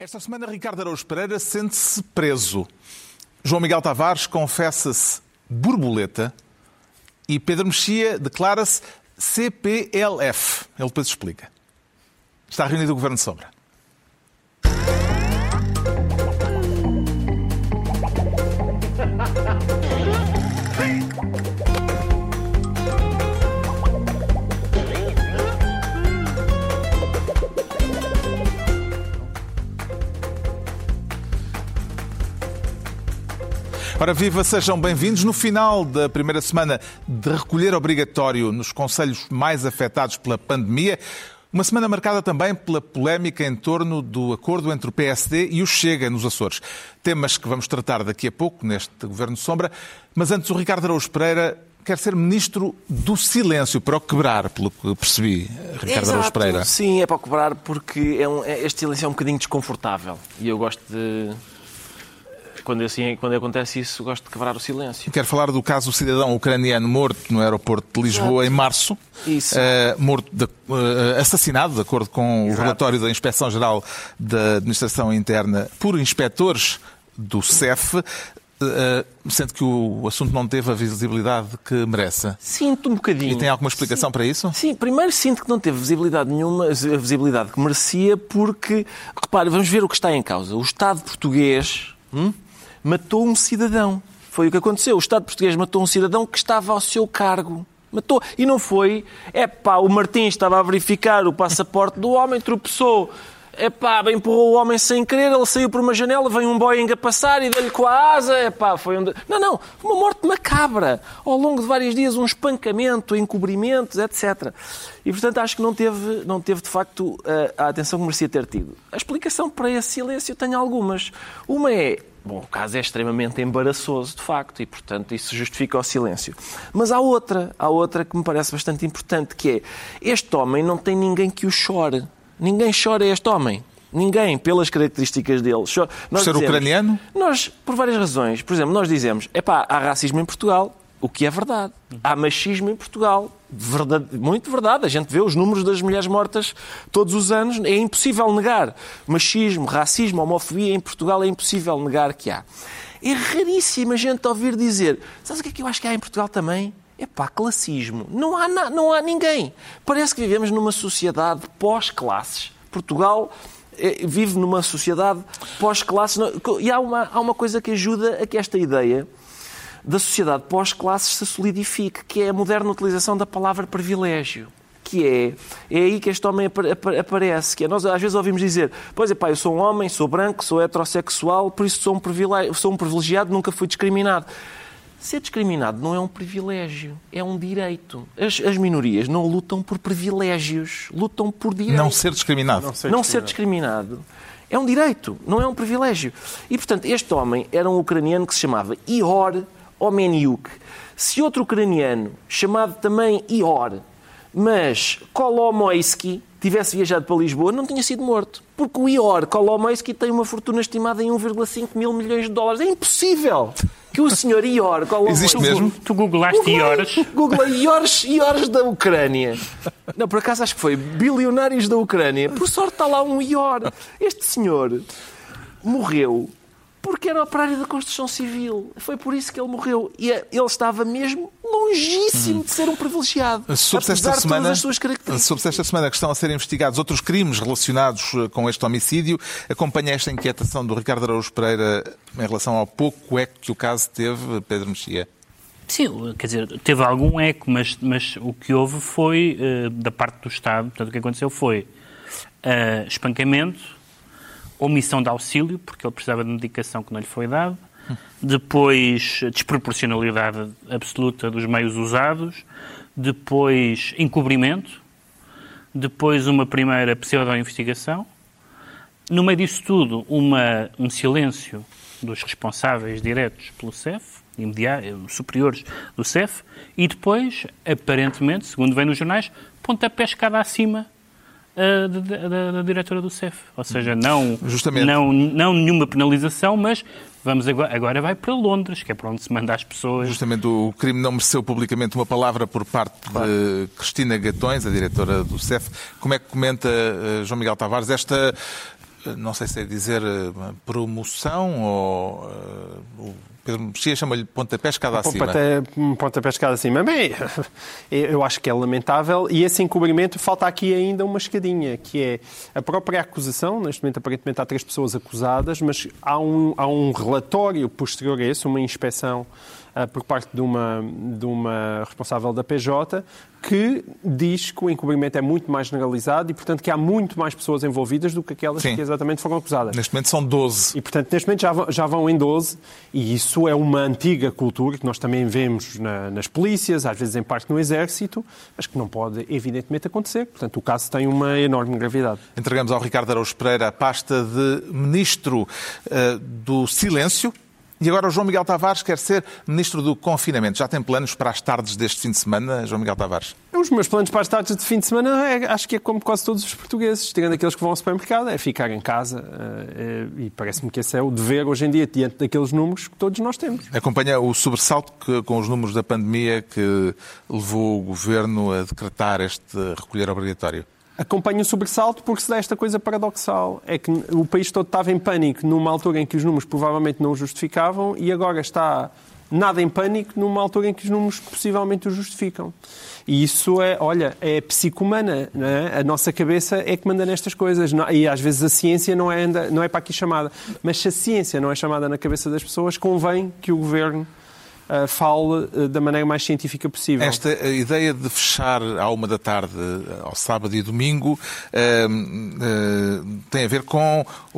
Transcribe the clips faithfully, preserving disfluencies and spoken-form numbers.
Esta semana, Ricardo Araújo Pereira sente-se preso. João Miguel Tavares confessa-se borboleta e Pedro Mexia declara-se C P L F. Ele depois explica. Está reunido o Governo de Sombra. Ora viva, sejam bem-vindos. No final da primeira semana de recolher obrigatório nos concelhos mais afetados pela pandemia, uma semana marcada também pela polémica em torno do acordo entre o P S D e o Chega nos Açores. Temas que vamos tratar daqui a pouco neste Governo de Sombra. Mas antes, o Ricardo Araújo Pereira quer ser ministro do silêncio, para o quebrar, pelo que percebi, Ricardo Exato. Araújo Pereira. Sim, é para o quebrar porque é um, este silêncio é um bocadinho desconfortável. E eu gosto de... Quando, assim, quando acontece isso, gosto de quebrar o silêncio. Quero falar do caso do cidadão ucraniano morto no aeroporto de Lisboa. Exato. Em março. Isso. Uh, morto de, uh, assassinado, de acordo com Exato. O relatório da Inspeção-Geral da Administração Interna, por inspectores do C E F, uh, sendo que o assunto não teve a visibilidade que merece. Sinto um bocadinho. E tem alguma explicação Sim. para isso? Sim, primeiro sinto que não teve visibilidade nenhuma, a visibilidade que merecia, porque, repare, vamos ver o que está em causa. O Estado português... Hum? matou um cidadão. Foi o que aconteceu. O Estado português matou um cidadão que estava ao seu cargo. Matou. E não foi... É pá, o Martins estava a verificar o passaporte do homem, tropeçou. É pá, empurrou o homem sem querer, ele saiu por uma janela, veio um Boeing a passar e deu-lhe com a asa. É pá, foi um... Não, não. Uma morte macabra. Ao longo de vários dias, um espancamento, encobrimentos, etcétera. E, portanto, acho que não teve, não teve de facto, a atenção que merecia ter tido. A explicação para esse silêncio tem algumas. Uma é... Bom, o caso é extremamente embaraçoso, de facto, e, portanto, isso justifica o silêncio. Mas há outra, há outra que me parece bastante importante, que é, este homem não tem ninguém que o chore. Ninguém chora este homem. Ninguém, pelas características dele. Chora. Por ser dizemos, ucraniano? Nós, por várias razões. Por exemplo, nós dizemos, epá, há racismo em Portugal, o que é verdade. Há machismo em Portugal. Verdade, muito verdade. A gente vê os números das mulheres mortas todos os anos. É impossível negar. Machismo, racismo, homofobia em Portugal é impossível negar que há. É raríssimo a gente ouvir dizer, sabes o que é que eu acho que há em Portugal também? É pá, classismo. Não há, na, não há ninguém. Parece que vivemos numa sociedade pós-classes. Portugal é, vive numa sociedade pós-classes. E há uma, há uma coisa que ajuda a que esta ideia da sociedade pós-classes se solidifique, que é a moderna utilização da palavra privilégio. Que é, é aí que este homem aparece. Que é, nós às vezes ouvimos dizer, pois é pá, eu sou um homem, sou branco, sou heterossexual, por isso sou um, privilégio, sou um privilegiado, nunca fui discriminado. Ser discriminado não é um privilégio, é um direito. As, as minorias não lutam por privilégios, lutam por direitos. Não ser discriminado. Não ser discriminado. Não ser discriminado. É um direito, não é um privilégio. E, portanto, este homem era um ucraniano que se chamava Ihor Omeniuk. Se outro ucraniano, chamado também Ihor, mas Kolomoisky, tivesse viajado para Lisboa, não tinha sido morto. Porque o Ihor Kolomoisky tem uma fortuna estimada em um vírgula cinco mil milhões de dólares. É impossível que o senhor Ihor Kolomoisky... Existe mesmo? Tu googlaste Ihores? Googlei Ihores, Ihores da Ucrânia. Não, por acaso acho que foi bilionários da Ucrânia. Por sorte está lá um Ihor. Este senhor morreu porque era operário da construção civil. Foi por isso que ele morreu. E ele estava mesmo longíssimo hum. de ser um privilegiado. Soube-se esta semana, soube-se esta semana que estão a ser investigados outros crimes relacionados com este homicídio. Acompanha esta inquietação do Ricardo Araújo Pereira em relação ao pouco eco que o caso teve, Pedro Mexia? Sim, quer dizer, teve algum eco, mas, mas o que houve foi, uh, da parte do Estado, portanto, o que aconteceu foi uh, espancamento, omissão de auxílio, porque ele precisava de medicação que não lhe foi dada, depois desproporcionalidade absoluta dos meios usados, depois encobrimento, depois uma primeira pseudo-investigação, no meio disso tudo uma, um silêncio dos responsáveis diretos pelo C E F, imediatos, superiores do C E F, e depois, aparentemente, segundo vem nos jornais, pontapé escada acima Da, da, da diretora do C E F. Ou seja, não, não, não nenhuma penalização, mas vamos agora, agora vai para Londres, que é para onde se manda as pessoas. Justamente o crime não mereceu publicamente uma palavra por parte claro. de Cristina Gatões, a diretora do C E F. Como é que comenta uh, João Miguel Tavares esta não sei se é dizer promoção ou... o Pedro Mexia chama-lhe pontapé escada acima. Um pontapé escada acima. Bem, eu acho que é lamentável e esse encobrimento falta aqui ainda uma escadinha, que é a própria acusação. Neste momento, aparentemente, há três pessoas acusadas, mas há um, há um relatório posterior a esse, uma inspeção uh, por parte de uma, de uma responsável da P J, que diz que o encobrimento é muito mais generalizado e, portanto, que há muito mais pessoas envolvidas do que aquelas Sim. que exatamente foram acusadas. Neste momento são doze. E, portanto, neste momento já vão, já vão em doze, e isso é uma antiga cultura que nós também vemos na, nas polícias, às vezes em parte no Exército, mas que não pode, evidentemente, acontecer. Portanto, o caso tem uma enorme gravidade. Entregamos ao Ricardo Araújo Pereira a pasta de Ministro uh, do Silêncio. E agora o João Miguel Tavares quer ser Ministro do Confinamento. Já tem planos para as tardes deste fim de semana, João Miguel Tavares? Os meus planos para as tardes de fim de semana é, acho que é como quase todos os portugueses, tirando aqueles que vão ao supermercado, é ficar em casa. Uh, e parece-me que esse é o dever hoje em dia, diante daqueles números que todos nós temos. Acompanha o sobressalto que, com os números da pandemia que levou o Governo a decretar este recolher obrigatório? Acompanho o sobressalto porque se dá esta coisa paradoxal. É que o país todo estava em pânico numa altura em que os números provavelmente não o justificavam e agora está nada em pânico numa altura em que os números possivelmente o justificam. E isso é, olha, é psicomana, não é? A nossa cabeça é que manda nestas coisas. E às vezes a ciência não é, não é para aqui chamada. Mas se a ciência não é chamada na cabeça das pessoas, convém que o Governo Uh, fale uh, da maneira mais científica possível. Esta ideia de fechar à uma da tarde, ao sábado e domingo, uh, uh, tem a ver com o,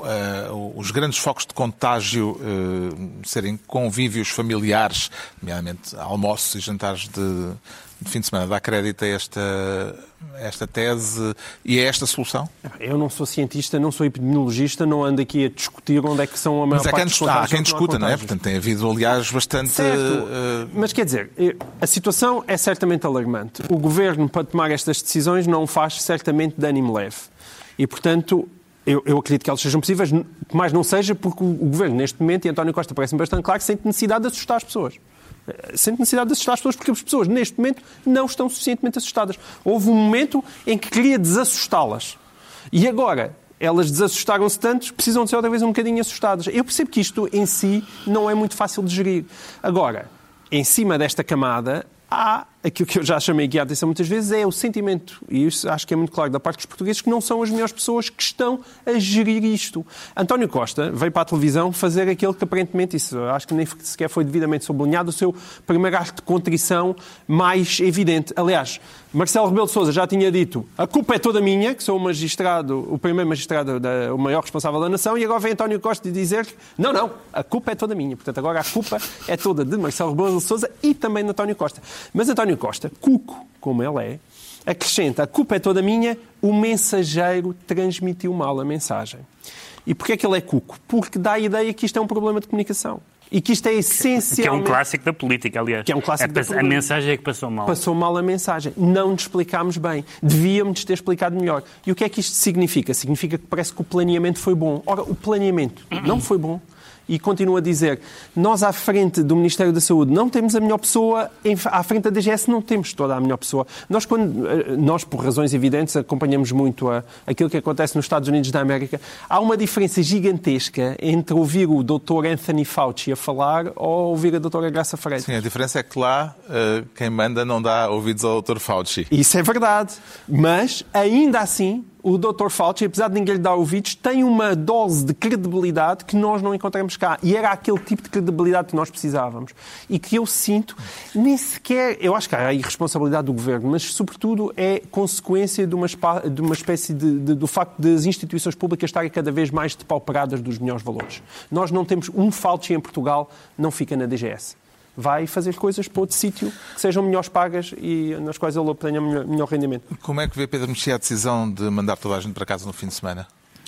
uh, os grandes focos de contágio uh, serem convívios familiares, nomeadamente almoços e jantares de, de fim de semana. Dá crédito a esta, esta tese e a esta solução? Eu não sou cientista, não sou epidemiologista, não ando aqui a discutir onde é que são a maior Mas parte dos contágios. Há quem discuta, não é? Portanto, tem havido, aliás, bastante... Certo. Uh... Mas quer dizer, a situação é certamente alarmante. O Governo, para tomar estas decisões, não faz certamente de ânimo leve. E, portanto, eu, eu acredito que elas sejam possíveis, mas não seja porque o, o Governo, neste momento, e António Costa parece-me bastante claro, que sente necessidade de assustar as pessoas. Sente necessidade de assustar as pessoas porque as pessoas, neste momento, não estão suficientemente assustadas. Houve um momento em que queria desassustá-las. E agora, elas desassustaram-se tanto, precisam de ser outra vez um bocadinho assustadas. Eu percebo que isto, em si, não é muito fácil de gerir. Agora, em cima desta camada, há aquilo que eu já chamei aqui a atenção muitas vezes, é o sentimento, e isso acho que é muito claro, da parte dos portugueses, que não são as melhores pessoas que estão a gerir isto. António Costa veio para a televisão fazer aquilo que aparentemente, isso acho que nem sequer foi devidamente sublinhado, o seu primeiro ato de contrição mais evidente. Aliás, Marcelo Rebelo de Sousa já tinha dito, a culpa é toda minha, que sou o magistrado, o primeiro magistrado, da, o maior responsável da nação, e agora vem António Costa dizer que não, não, a culpa é toda minha. Portanto, agora a culpa é toda de Marcelo Rebelo de Sousa e também de António Costa. Mas António Costa, cuco, como ele é, acrescenta, a culpa é toda minha, o mensageiro transmitiu mal a mensagem. E porquê é que ele é cuco? Porque dá a ideia que isto é um problema de comunicação. E que isto é essencialmente... Que é um clássico da política, aliás. Que é um clássico a, da política. A mensagem é que passou mal. Passou mal a mensagem. Não nos explicámos bem. Devíamos ter explicado melhor. E o que é que isto significa? Significa que parece que o planeamento foi bom. Ora, o planeamento não foi bom. E continuo a dizer, nós à frente do Ministério da Saúde não temos a melhor pessoa, à frente da D G S não temos toda a melhor pessoa. Nós, quando, nós por razões evidentes, acompanhamos muito a, aquilo que acontece nos Estados Unidos da América. Há uma diferença gigantesca entre ouvir o doutor Anthony Fauci a falar ou ouvir a doutora Graça Freire. Sim, a diferença é que lá quem manda não dá ouvidos ao doutor Fauci. Isso é verdade, mas ainda assim... O doutor Fauci, apesar de ninguém lhe dar ouvidos, tem uma dose de credibilidade que nós não encontramos cá. E era aquele tipo de credibilidade que nós precisávamos. E que eu sinto, nem sequer... Eu acho que há a irresponsabilidade do governo, mas, sobretudo, é consequência de uma, de uma espécie de, de, do facto das instituições públicas estarem cada vez mais depauperadas dos melhores valores. Nós não temos um Fauci em Portugal, não fica na D G S. Vai fazer coisas para outro sítio que sejam melhores pagas e nas quais ele obtenha melhor, melhor rendimento. Como é que vê, Pedro Mexia, a decisão de mandar toda a gente para casa no fim de semana?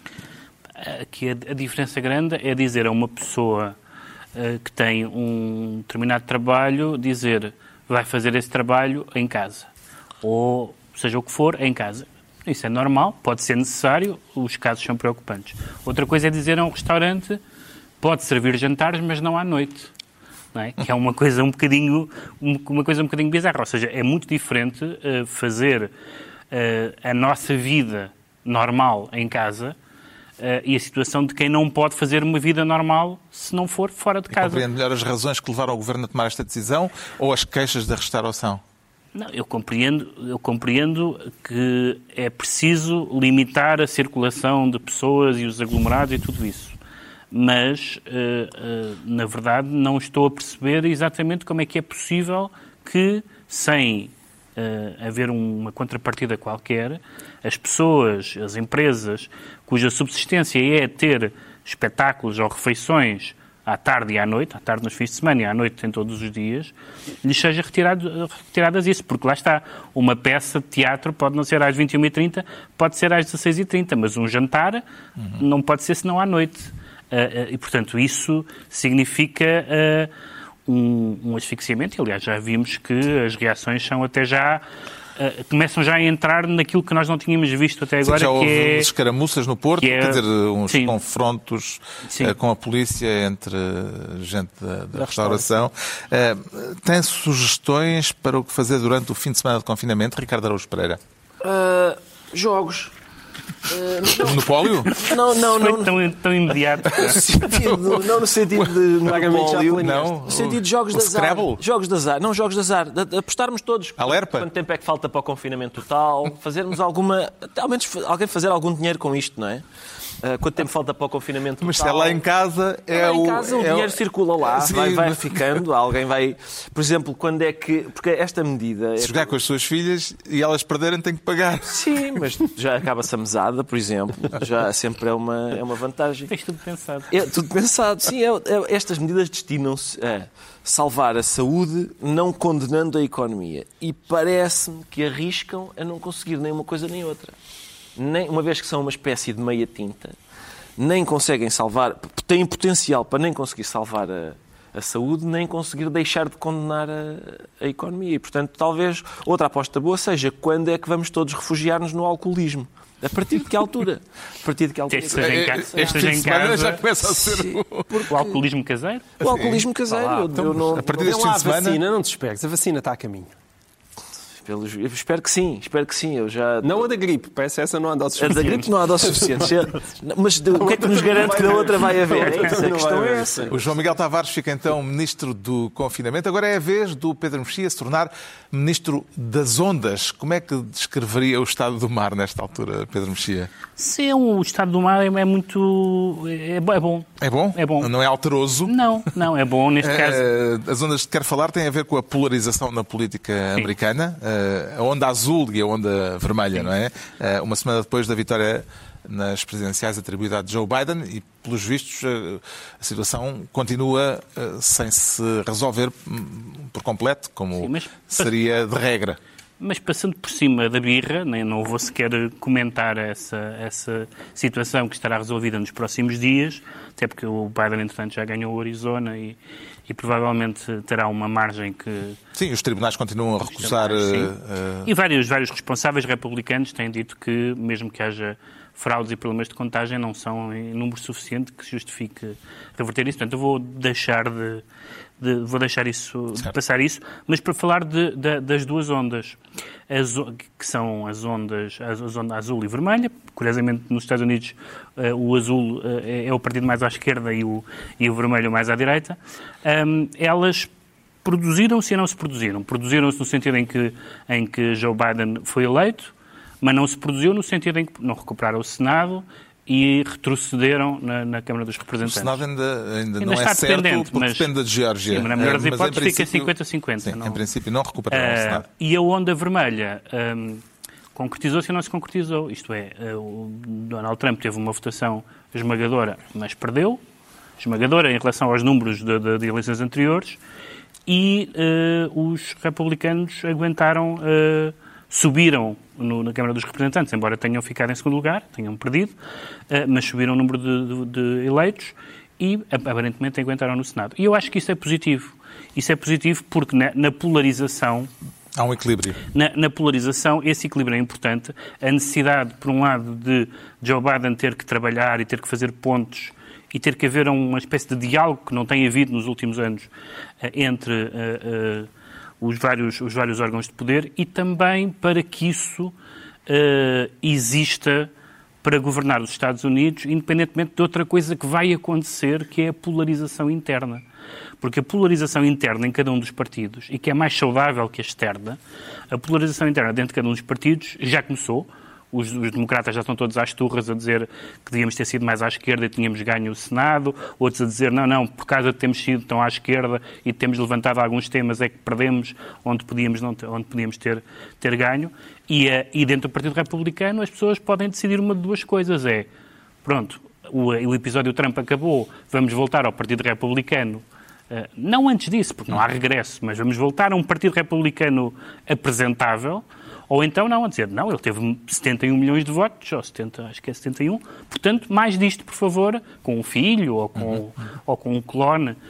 Aqui a, a diferença grande é dizer a uma pessoa uh, que tem um determinado trabalho, dizer vai fazer esse trabalho em casa. Ou seja o que for, em casa. Isso é normal, pode ser necessário, os casos são preocupantes. Outra coisa é dizer a um restaurante pode servir jantares, mas não à noite. Não é? Que é uma coisa um bocadinho, uma coisa um bocadinho bizarra. Ou seja, é muito diferente uh, fazer uh, a nossa vida normal em casa e a situação de quem não pode fazer uma vida normal se não for fora de casa. E compreende melhor as razões que levaram o Governo a tomar esta decisão ou as queixas da restauração? Não, eu compreendo, eu compreendo que é preciso limitar a circulação de pessoas e os aglomerados e tudo isso. Mas, uh, uh, na verdade, não estou a perceber exatamente como é que é possível que, sem uh, haver uma contrapartida qualquer, as pessoas, as empresas, cuja subsistência é ter espetáculos ou refeições à tarde e à noite, à tarde nos fins de semana e à noite em todos os dias, lhes seja retirado, retiradas isso, porque lá está, uma peça de teatro pode não ser às vinte e uma e trinta, pode ser às dezasseis e trinta, mas um jantar uhum. não pode ser senão à noite. Uh, uh, e, portanto, isso significa uh, um, um asfixiamento, e, aliás, já vimos que as reações são até já... Uh, começam já a entrar naquilo que nós não tínhamos visto até agora. Sim, já houve que é... escaramuças no Porto, é... quer dizer, uns Sim. confrontos uh, com a polícia entre gente da, da, da restauração. Uh, tem sugestões para o que fazer durante o fim de semana de confinamento, Ricardo Araújo Pereira? Uh, jogos. Uh, Monopólio? Não, não, não. Foi tão, tão imediato. No sentido, não no sentido de monopólio, não. No sentido de jogos de azar. Scrabble? Jogos de azar. Não, jogos de azar. De, de apostarmos todos. Alerpa? Quanto tempo é que falta para o confinamento total? Fazermos alguma... Ao menos alguém fazer algum dinheiro com isto, não é? Uh, quanto tempo falta para o confinamento total? Mas se é lá em casa... É lá o, em casa o é dinheiro o... circula lá, Sim, vai, vai mas... ficando, alguém vai... Por exemplo, quando é que... Porque esta medida... Se é... jogar com as suas filhas e elas perderem, tem que pagar. Sim, mas já acaba-se a mesada, por exemplo. Já sempre é uma, é uma vantagem. Tens tudo pensado. É tudo pensado. Sim, é, é, estas medidas destinam-se a salvar a saúde, não condenando a economia. E parece-me que arriscam a não conseguir nem uma coisa nem outra. Nem, uma vez que são uma espécie de meia tinta, nem conseguem salvar, têm potencial para nem conseguir salvar a, a saúde, nem conseguir deixar de condenar a, a economia. E, portanto, talvez outra aposta boa seja quando é que vamos todos refugiar-nos no alcoolismo. A partir de que altura? A partir de que altura? Este em casa, este este fim de em semana casa, já começa a ser... Sim, o alcoolismo caseiro? O alcoolismo caseiro. Ah, eu, então, eu não, a partir não, deste Não fim há de semana... vacina, não te despegues. A vacina está a caminho. pelos, eu espero que sim, espero que sim. Eu já... Não a da gripe, parece essa não há doses A da suficientes. gripe não há doses suficientes. Mas de, o que é que nos garante que da outra vai haver? É isso, a questão é essa. O João Miguel Tavares fica então Ministro do Confinamento. Agora é a vez do Pedro Mexia se tornar Ministro das Ondas. Como é que descreveria o estado do mar nesta altura, Pedro Mexia? Sim, o estado do mar é, é muito... É, é bom. É bom? É bom. Não é alteroso? Não, não, é bom neste caso. Uh, as ondas que quero falar têm a ver com a polarização na política Sim. americana. Uh, a onda azul e a onda vermelha, Sim. não é? Uh, uma semana depois da vitória nas presidenciais atribuída a Joe Biden e, pelos vistos, uh, a situação continua uh, sem se resolver um, por completo, como Sim, mas... seria de regra. Mas passando por cima da birra, nem, não vou sequer comentar essa, essa situação que estará resolvida nos próximos dias, até porque o Biden, entretanto, já ganhou o Arizona e, e provavelmente terá uma margem que... Sim, os tribunais continuam a recusar... Uh, uh... E vários, vários responsáveis republicanos têm dito que, mesmo que haja fraudes e problemas de contagem, não são em número suficiente que justifique reverter isso. Portanto, eu vou deixar de... De, vou deixar isso, de passar isso, mas para falar de, de, das duas ondas, as, que são as ondas, as ondas azul e vermelha. Curiosamente, nos Estados Unidos, uh, o azul uh, é, é o partido mais à esquerda e o, e o vermelho mais à direita. Um, elas produziram-se e não se produziram. Produziram-se no sentido em que, em que Joe Biden foi eleito, mas não se produziu no sentido em que não recuperaram o Senado e retrocederam na, na Câmara dos Representantes. O Senado ainda, ainda, ainda não está é certo, dependente, porque mas, depende da Geórgia. Sim, mas na melhor das é, hipóteses fica cinquenta a cinquenta. Sim, em princípio não recuperaram uh, o Senado. E a onda vermelha um, concretizou-se e não se concretizou. Isto é, uh, o Donald Trump teve uma votação esmagadora, mas perdeu. Esmagadora em relação aos números de, de, de eleições anteriores. E uh, os republicanos aguentaram... Uh, subiram no, na Câmara dos Representantes, embora tenham ficado em segundo lugar, tenham perdido, uh, mas subiram o número de, de, de eleitos e, aparentemente, aguentaram no Senado. E eu acho que isso é positivo. Isso é positivo porque na, na polarização... Há um equilíbrio. Na, na polarização, esse equilíbrio é importante. A necessidade, por um lado, de Joe Biden ter que trabalhar e ter que fazer pontos e ter que haver uma espécie de diálogo que não tem havido nos últimos anos uh, entre... Uh, uh, Os vários, os vários órgãos de poder e também para que isso uh, exista para governar os Estados Unidos, independentemente de outra coisa que vai acontecer, que é a polarização interna. Porque a polarização interna em cada um dos partidos, e que é mais saudável que a externa, a polarização interna dentro de cada um dos partidos já começou. Os, os democratas já estão todos às turras a dizer que devíamos ter sido mais à esquerda e tínhamos ganho o Senado, outros a dizer não, não, por causa de termos sido tão à esquerda e temos levantado alguns temas é que perdemos onde podíamos, não, onde podíamos ter, ter ganho. E, e dentro do Partido Republicano as pessoas podem decidir uma de duas coisas, é, pronto, o, o episódio Trump acabou, vamos voltar ao Partido Republicano. Uh, não antes disso, porque não há regresso, mas vamos voltar a um Partido Republicano apresentável. Ou então não, a dizer, não, ele teve setenta e um milhões de votos, ou setenta, acho que é setenta e um, portanto, mais disto, por favor, com um filho ou com, uhum. ou com um clone. Uh,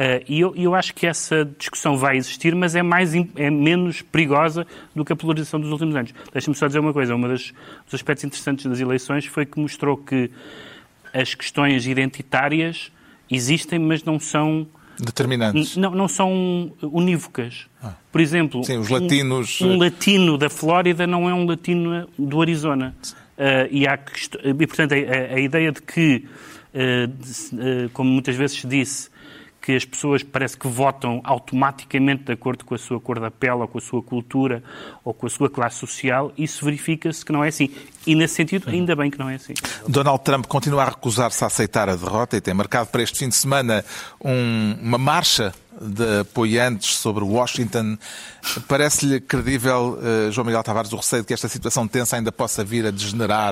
e eu, eu acho que essa discussão vai existir, mas é, mais, é menos perigosa do que a polarização dos últimos anos. Deixa-me só dizer uma coisa, um dos aspectos interessantes das eleições foi que mostrou que as questões identitárias existem, mas não são... determinantes. Não, não são unívocas. Ah. Por exemplo, sim, os latinos... um, um latino da Flórida não é um latino do Arizona. Uh, e, há, e, portanto, a, a ideia de que, uh, de, uh, como muitas vezes se disse, que as pessoas parece que votam automaticamente de acordo com a sua cor da pele, ou com a sua cultura, ou com a sua classe social, isso verifica-se que não é assim. E, nesse sentido, ainda bem que não é assim. Donald Trump continua a recusar-se a aceitar a derrota e tem marcado para este fim de semana um, uma marcha de apoiantes sobre Washington. Parece-lhe credível, uh, João Miguel Tavares, o receio de que esta situação tensa ainda possa vir a degenerar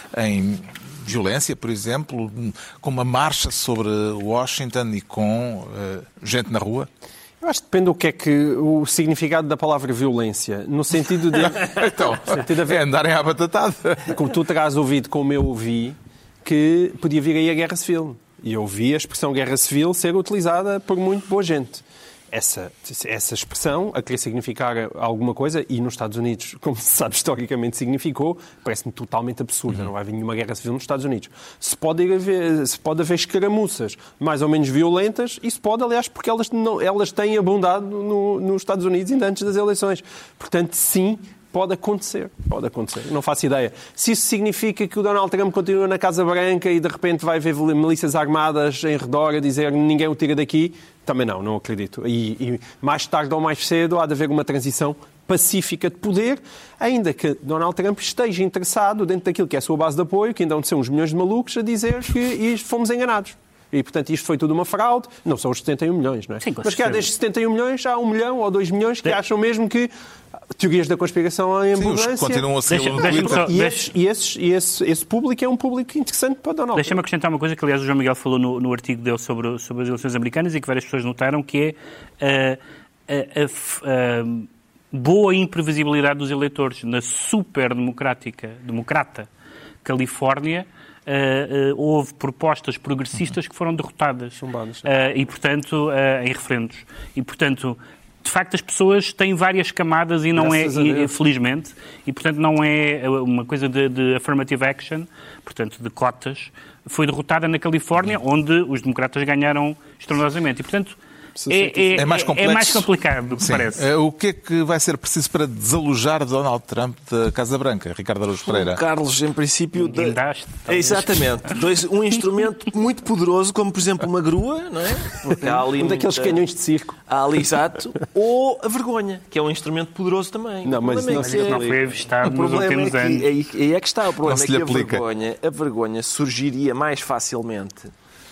em violência, por exemplo, com uma marcha sobre Washington e com uh, gente na rua? Eu acho que depende do que é que o significado da palavra violência, no sentido de... então, sentido de... é andarem à batatada. Como tu terás ouvido, como eu ouvi, que podia vir aí a guerra civil. E eu ouvi a expressão guerra civil ser utilizada por muito boa gente. Essa, essa expressão, a querer significar alguma coisa, e nos Estados Unidos, como se sabe, historicamente significou, parece-me totalmente absurda. Uhum. Não vai haver nenhuma guerra civil nos Estados Unidos. Se pode haver, se pode haver escaramuças mais ou menos violentas, isso pode, aliás, porque elas, não, elas têm abundado no, nos Estados Unidos ainda antes das eleições. Portanto, sim, pode acontecer. Pode acontecer. Não faço ideia. Se isso significa que o Donald Trump continua na Casa Branca e de repente vai haver milícias armadas em redor a dizer ninguém o tira daqui, também não, não acredito. E, e mais tarde ou mais cedo há de haver uma transição pacífica de poder, ainda que Donald Trump esteja interessado dentro daquilo que é a sua base de apoio, que ainda hão de ser uns milhões de malucos, a dizer que fomos enganados. E, portanto, isto foi tudo uma fraude. Não são os setenta e um milhões, não é? Sim, mas que há destes setenta e um milhões, há um milhão ou dois milhões que acham mesmo que teorias da conspiração em abundância. Sim, continuam a ser deixa, deixa só, e, esse, e, esse, e esse, esse público é um público interessante para Donald Trump. Deixa-me acrescentar uma coisa que, aliás, o João Miguel falou no, no artigo dele sobre, sobre as eleições americanas e que várias pessoas notaram, que é a, a, a, a boa imprevisibilidade dos eleitores. Na super-democrática, democrata Califórnia, Uh, uh, houve propostas progressistas que foram derrotadas uh, e, portanto, uh, em referendos. E, portanto, de facto, as pessoas têm várias camadas e não Graças é, e, felizmente, e, portanto, não é uma coisa de, de affirmative action, portanto, de cotas, foi derrotada na Califórnia, onde os democratas ganharam estrondosamente. E, portanto, É, é, é, mais complexo. é mais complicado do que Sim. parece. O que é que vai ser preciso para desalojar Donald Trump da Casa Branca? Ricardo Araújo Pereira. Carlos, em princípio... De... Guindaste, exatamente. Dois, um instrumento muito poderoso, como, por exemplo, uma grua, não é? Porque há ali um muita... daqueles canhões de circo. Há ali, exato. Ou a vergonha, que é um instrumento poderoso também. Não, mas não, é que não foi avistado nos últimos é anos. Que, aí, aí é que está. O problema é que a aplica. vergonha, a vergonha surgiria mais facilmente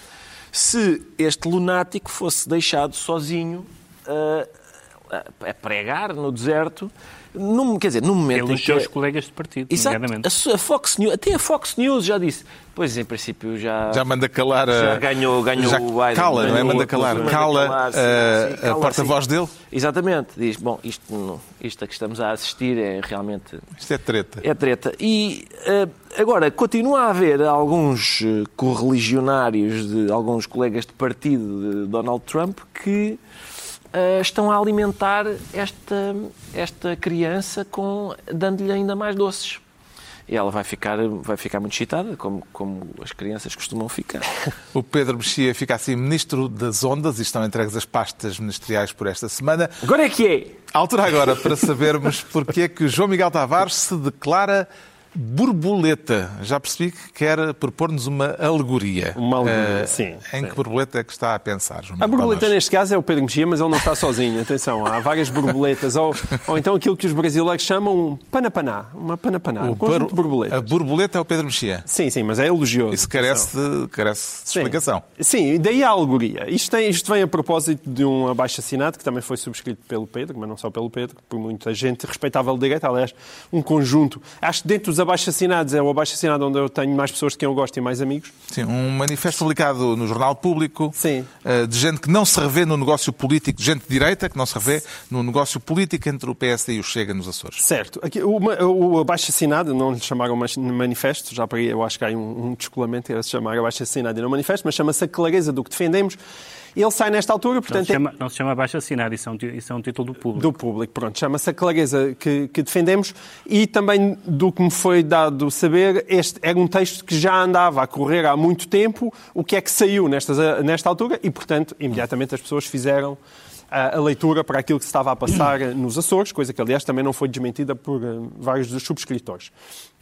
se este lunático fosse deixado sozinho uh, a pregar no deserto, num, quer dizer, num momento pelos em que... seus colegas de partido, exato, a, a Fox News, até a Fox News já disse, pois em princípio já... Já manda calar a... Já ganhou, ganhou já o Biden. Cala, não é? Manda calar. Manda cala, calar, sim, a, sim, a porta-voz dele. Exatamente. Diz, bom, isto, isto a que estamos a assistir é realmente... Isto é treta. É treta. E uh, agora, continua a haver alguns correligionários, de alguns colegas de partido de Donald Trump que uh, estão a alimentar esta, esta criança com, dando-lhe ainda mais doces. E ela vai ficar, vai ficar muito excitada, como, como as crianças costumam ficar. O Pedro Mexia fica assim Ministro das Ondas e estão entregues as pastas ministeriais por esta semana. Agora é que é! A altura agora para sabermos porque é que João Miguel Tavares se declara Borboleta. Já percebi que quer propor-nos uma alegoria. Uma alegoria, Uh, sim. Em sim. que borboleta é que está a pensar, João A borboleta, Palmas? neste caso, é o Pedro Mexia, mas ele não está sozinho. Atenção, há várias borboletas. Ou, ou então aquilo que os brasileiros chamam um panapaná. Uma panapaná. Um conjunto de borboletas. A borboleta é o Pedro Mexia. Sim, sim, mas é elogioso. Isso carece de, carece de Sim. explicação. Sim, daí a alegoria. Isto, tem, isto vem a propósito de um abaixo-assinado que também foi subscrito pelo Pedro, mas não só pelo Pedro, por muita gente respeitável de direita. Aliás, um conjunto. Acho que dentro dos abaixo-assinados é o abaixo-assinado onde eu tenho mais pessoas de quem eu gosto e mais amigos. Sim, um manifesto publicado no Jornal Público. Sim. uh, de gente que não se revê no negócio político, de gente de direita que não se revê no negócio político entre o P S D e o Chega nos Açores. Certo. Aqui, o, o abaixo-assinado, não lhe chamaram manifesto, já para aí eu acho que há um, um descolamento, era se chamar abaixo-assinado e não manifesto, mas chama-se A Clareza do que Defendemos. Ele sai nesta altura, portanto... Não se chama, não se chama abaixo-assinado, isso, é um, isso é um título do público. Do público, pronto. Chama-se A Clareza que, que Defendemos e também do que me foi dado saber, este era um texto que já andava a correr há muito tempo, o que é que saiu nesta, nesta altura e, portanto, imediatamente as pessoas fizeram a, a leitura para aquilo que se estava a passar nos Açores, coisa que, aliás, também não foi desmentida por uh, vários dos subscritores.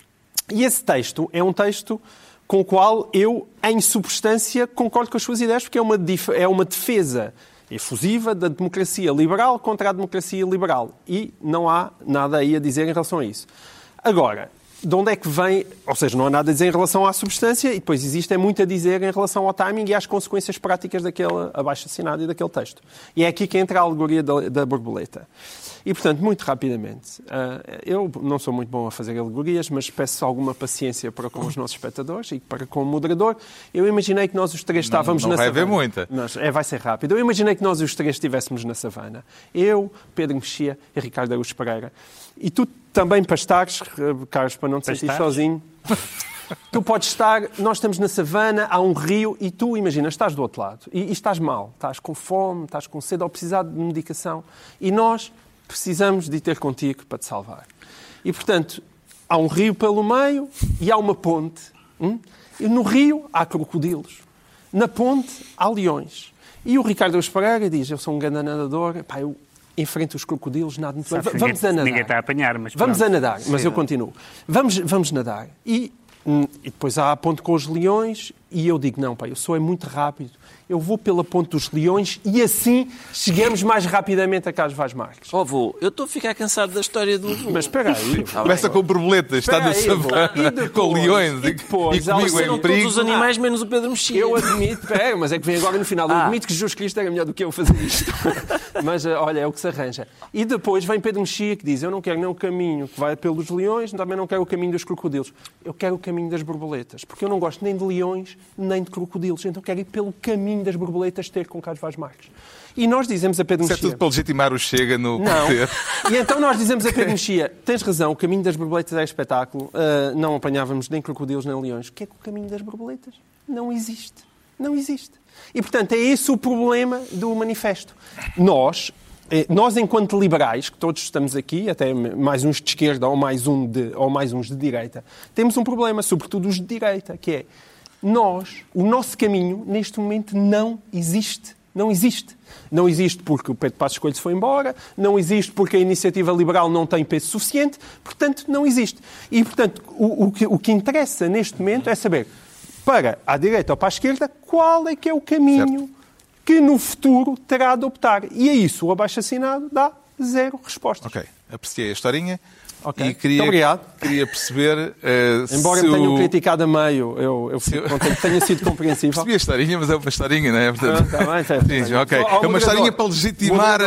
E esse texto é um texto com o qual eu, em substância, concordo com as suas ideias, porque é uma, é uma defesa efusiva da democracia liberal contra a democracia liberal. E não há nada aí a dizer em relação a isso. Agora, de onde é que vem... Ou seja, não há nada a dizer em relação à substância e depois existe é muito a dizer em relação ao timing e às consequências práticas daquele abaixo-assinado e daquele texto. E é aqui que entra a alegoria da, da borboleta. E, portanto, muito rapidamente, eu não sou muito bom a fazer alegorias, mas peço alguma paciência para com os nossos espectadores e para com o moderador. Eu imaginei que nós os três estávamos não na savana. Não vai haver muita. Nós, é, vai ser rápido. Eu imaginei que nós os três estivéssemos na savana. Eu, Pedro Mexia e Ricardo Araújo Pereira. E tu também para estares, Carlos, para não te sentir sozinho. Tu podes estar, nós estamos na savana, há um rio e tu, imagina, estás do outro lado e, e estás mal, estás com fome, estás com sede ou precisar de medicação e nós precisamos de ter contigo para te salvar. E, portanto, há um rio pelo meio e há uma ponte. Hum? E no rio há crocodilos. Na ponte há leões. E o Ricardo Araújo Pereira diz, eu sou um grande nadador, pá, eu enfrento os crocodilos, nado muito bem. Vamos ninguém, a nadar. Ninguém está a apanhar, mas Vamos pronto. a nadar, mas eu continuo. Vamos, vamos nadar. E, e depois há a ponte com os leões e eu digo, não, pá, eu sou é muito rápido. Eu vou pela ponte dos leões e assim chegamos mais rapidamente a Carlos Vaz Marques. Ó, avô, eu estou a ficar cansado da história do avô. Mas espera aí. Começa com borboletas, está na Espera aí, savana, e depois- com leões e e, depois, e comigo elas em serão perigo. Todos os animais, menos o Pedro Mexia. Eu admito, pera, mas é que vem agora no final, eu Ah. admito que Jesus Cristo era melhor do que eu fazer isto. Mas, olha, é o que se arranja. E depois vem Pedro Mexia que diz, eu não quero nem o caminho que vai pelos leões, também não quero o caminho dos crocodilos. Eu quero o caminho das borboletas, porque eu não gosto nem de leões, nem de crocodilos. Então quero ir pelo caminho das borboletas ter com Carlos Vaz Marques. E nós dizemos a Pedro Isso é Mexia... tudo para legitimar o Chega no Não. poder. E então nós dizemos a Pedro Mexia, tens razão, o caminho das borboletas é espetáculo, uh, não apanhávamos nem crocodilos nem leões. O que é que o caminho das borboletas? Não existe. Não existe. E, portanto, é esse o problema do manifesto. Nós, nós enquanto liberais, que todos estamos aqui, até mais uns de esquerda ou mais, um de, ou mais uns de direita, temos um problema, sobretudo os de direita, que é nós, o nosso caminho, neste momento, não existe. Não existe. Não existe porque o Pedro Passos Coelho se foi embora, não existe porque a iniciativa liberal não tem peso suficiente, portanto, não existe. E, portanto, o, o, que, o que interessa neste momento é saber, para a direita ou para a esquerda, qual é que é o caminho certo. que no futuro terá de optar. E a isso o abaixo-assinado dá zero respostas. Ok, apreciei a historinha. Okay. E queria, Muito obrigado. Queria perceber... Uh, Embora se me tenham o... criticado a meio, eu, eu fico contente que tenha sido compreensível. Percebi a historinha, mas é uma historinha, não é? Portanto... Ah, tá bem, tá bem. Sim, okay. É uma historinha para legitimar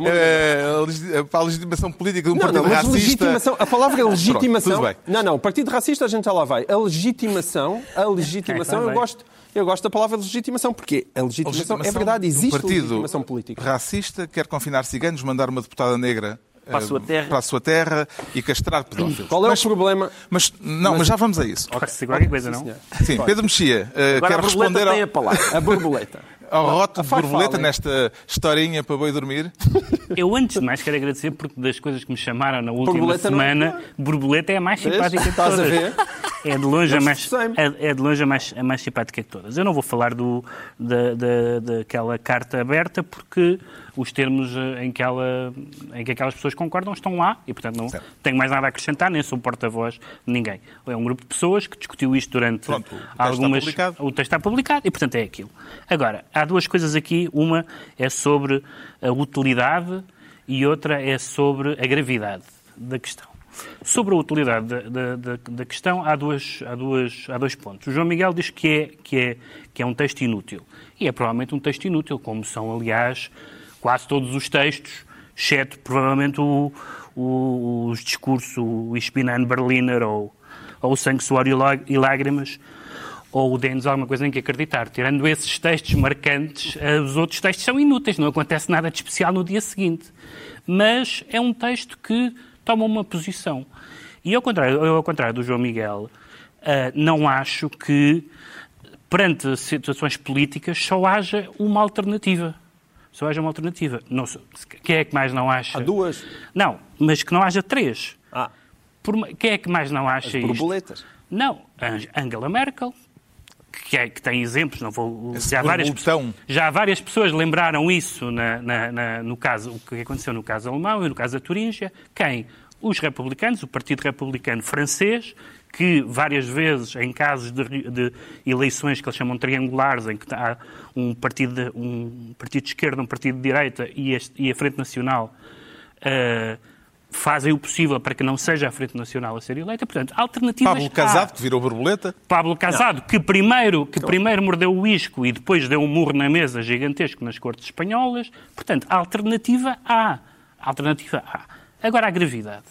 uh, para a legitimação política de um não, partido não, racista. Legitimação, a palavra legitimação... Pronto, não, não, o partido racista a gente já lá vai. A legitimação, a legitimação, eu gosto... Eu gosto da palavra legitimação, porque a legitimação, a legitimação é verdade, existe um legitimação política. Racista quer confinar ciganos, mandar uma deputada negra para a sua terra, para a sua terra e castrar pedófilos. Qual é mas, o problema? Mas, não, mas, mas já vamos a isso. Okay. Qualquer coisa, não? Sim, Sim, Pedro Mexia, uh, quer responder ao... a, a, palavra. a borboleta. ao rótulo de Faz borboleta fala, nesta historinha para boi dormir? Eu, antes de mais, quero agradecer porque das coisas que me chamaram na última Borboleta semana, não é? borboleta é a mais simpática de Estás todas. a ver? É de longe, a mais, esforcei-me. é, é de longe a, mais, a mais simpática de todas. Eu não vou falar do, da, da, daquela carta aberta porque os termos em que, ela, em que aquelas pessoas concordam estão lá e, portanto, não certo. tenho mais nada a acrescentar, nem sou porta-voz de ninguém. É um grupo de pessoas que discutiu isto durante Pronto, o texto algumas... está publicado. O texto está publicado e, portanto, é aquilo. Agora, há duas coisas aqui. Uma é sobre a utilidade e outra é sobre a gravidade da questão. Sobre a utilidade da, da, da, da questão, há, duas, há, duas, há dois pontos. O João Miguel diz que é, que, é, que é um texto inútil. E é provavelmente um texto inútil, como são, aliás, quase todos os textos, exceto, provavelmente, o, o, os discursos, o Ich bin ein Berliner ou, ou o Sangue, Suor e Lágrimas, ou o Dê-nos alguma coisa em que acreditar. Tirando esses textos marcantes, os outros textos são inúteis, não acontece nada de especial no dia seguinte. Mas é um texto que toma uma posição. E ao contrário, ao contrário do João Miguel, não acho que, perante situações políticas, só haja uma alternativa. Só haja uma alternativa. Não, quem é que mais não acha? Há duas. Não, mas que não haja três. Ah. Por, quem é que mais não acha As borboletas. isto? Não, Angela Merkel, que, é, que tem exemplos, não vou... Esse Já várias, borbotão. já várias pessoas lembraram isso na, na, na, no caso, o que aconteceu no caso alemão e no caso da Turíngia. Quem? Os republicanos, o Partido Republicano francês, que várias vezes, em casos de, de eleições que eles chamam triangulares, em que há um partido de, um partido de esquerda, um partido de direita e, este, e a Frente Nacional, uh, fazem o possível para que não seja a Frente Nacional a ser eleita. Portanto, alternativas Pablo Casado, que virou borboleta. Pablo Casado, que, primeiro, que primeiro mordeu o isco e depois deu um murro na mesa gigantesco nas cortes espanholas. Portanto, a alternativa há. A alternativa há. Agora, a gravidade.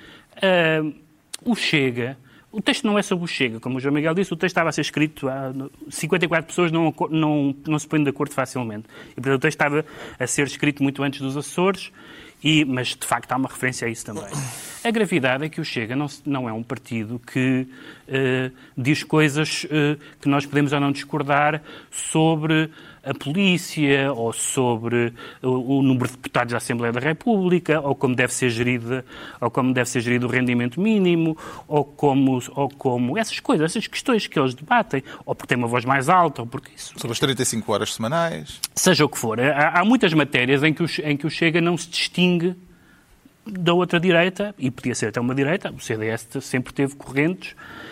Uh, o Chega... O texto não é sobre o Chega, como o João Miguel disse, o texto estava a ser escrito, há cinquenta e quatro pessoas não, não, não se põem de acordo facilmente. E, portanto, o texto estava a ser escrito muito antes dos Açores, e, mas, de facto, há uma referência a isso também. A gravidade é que o Chega não, não é um partido que uh, diz coisas uh, que nós podemos ou não discordar sobre a polícia, ou sobre o, o número de deputados da Assembleia da República, ou como deve ser gerido, ou como deve ser gerido o rendimento mínimo, ou como, ou como essas coisas, essas questões que eles debatem, ou porque tem uma voz mais alta, ou porque isso... Sobre as trinta e cinco horas semanais. Seja o que for. Há, há muitas matérias em que, o, em que o Chega não se distingue da outra direita, e podia ser até uma direita, o C D S sempre teve correntes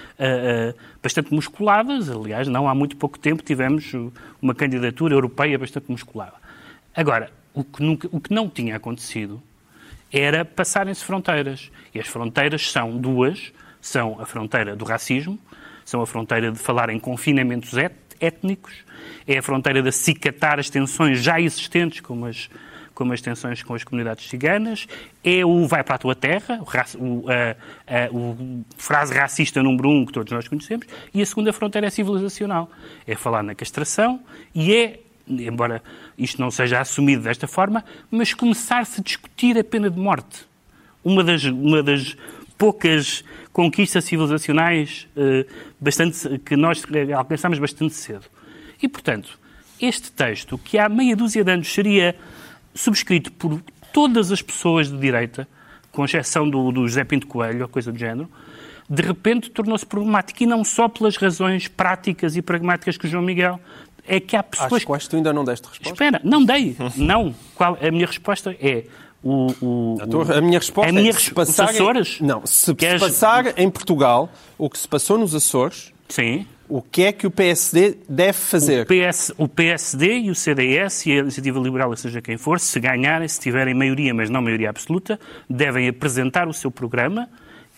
uh, uh, bastante musculadas, aliás, não há muito pouco tempo tivemos uma candidatura europeia bastante musculada. Agora, o que, nunca, o que não tinha acontecido era passarem-se fronteiras, e as fronteiras são duas, são a fronteira do racismo, são a fronteira de falar em confinamentos et, étnicos, é a fronteira de acicatar as tensões já existentes, como as como as tensões com as comunidades ciganas, é o vai para a tua terra, o, o, a, a, o frase racista número um que todos nós conhecemos, e a segunda fronteira é civilizacional. É falar na castração e é, embora isto não seja assumido desta forma, mas começar-se a discutir a pena de morte. Uma das, uma das poucas conquistas civilizacionais uh, bastante, que nós alcançamos bastante cedo. E, portanto, este texto, que há meia dúzia de anos seria subscrito por todas as pessoas de direita, com exceção do, do José Pinto Coelho, ou coisa do género, de repente tornou-se problemático, e não só pelas razões práticas e pragmáticas que o João Miguel... É que há pessoas... Acho que quais tu ainda não deste resposta. Espera, não dei. Não. Qual, a minha resposta é... O, o, a, tua, a minha resposta a minha, é se passar os Açores? Em, não, se, Queres... se passar em Portugal o que se passou nos Açores... Sim. O que é que o P S D deve fazer? O, P S, o P S D e o C D S e a Iniciativa Liberal, ou seja quem for, se ganharem, se tiverem maioria, mas não maioria absoluta, devem apresentar o seu programa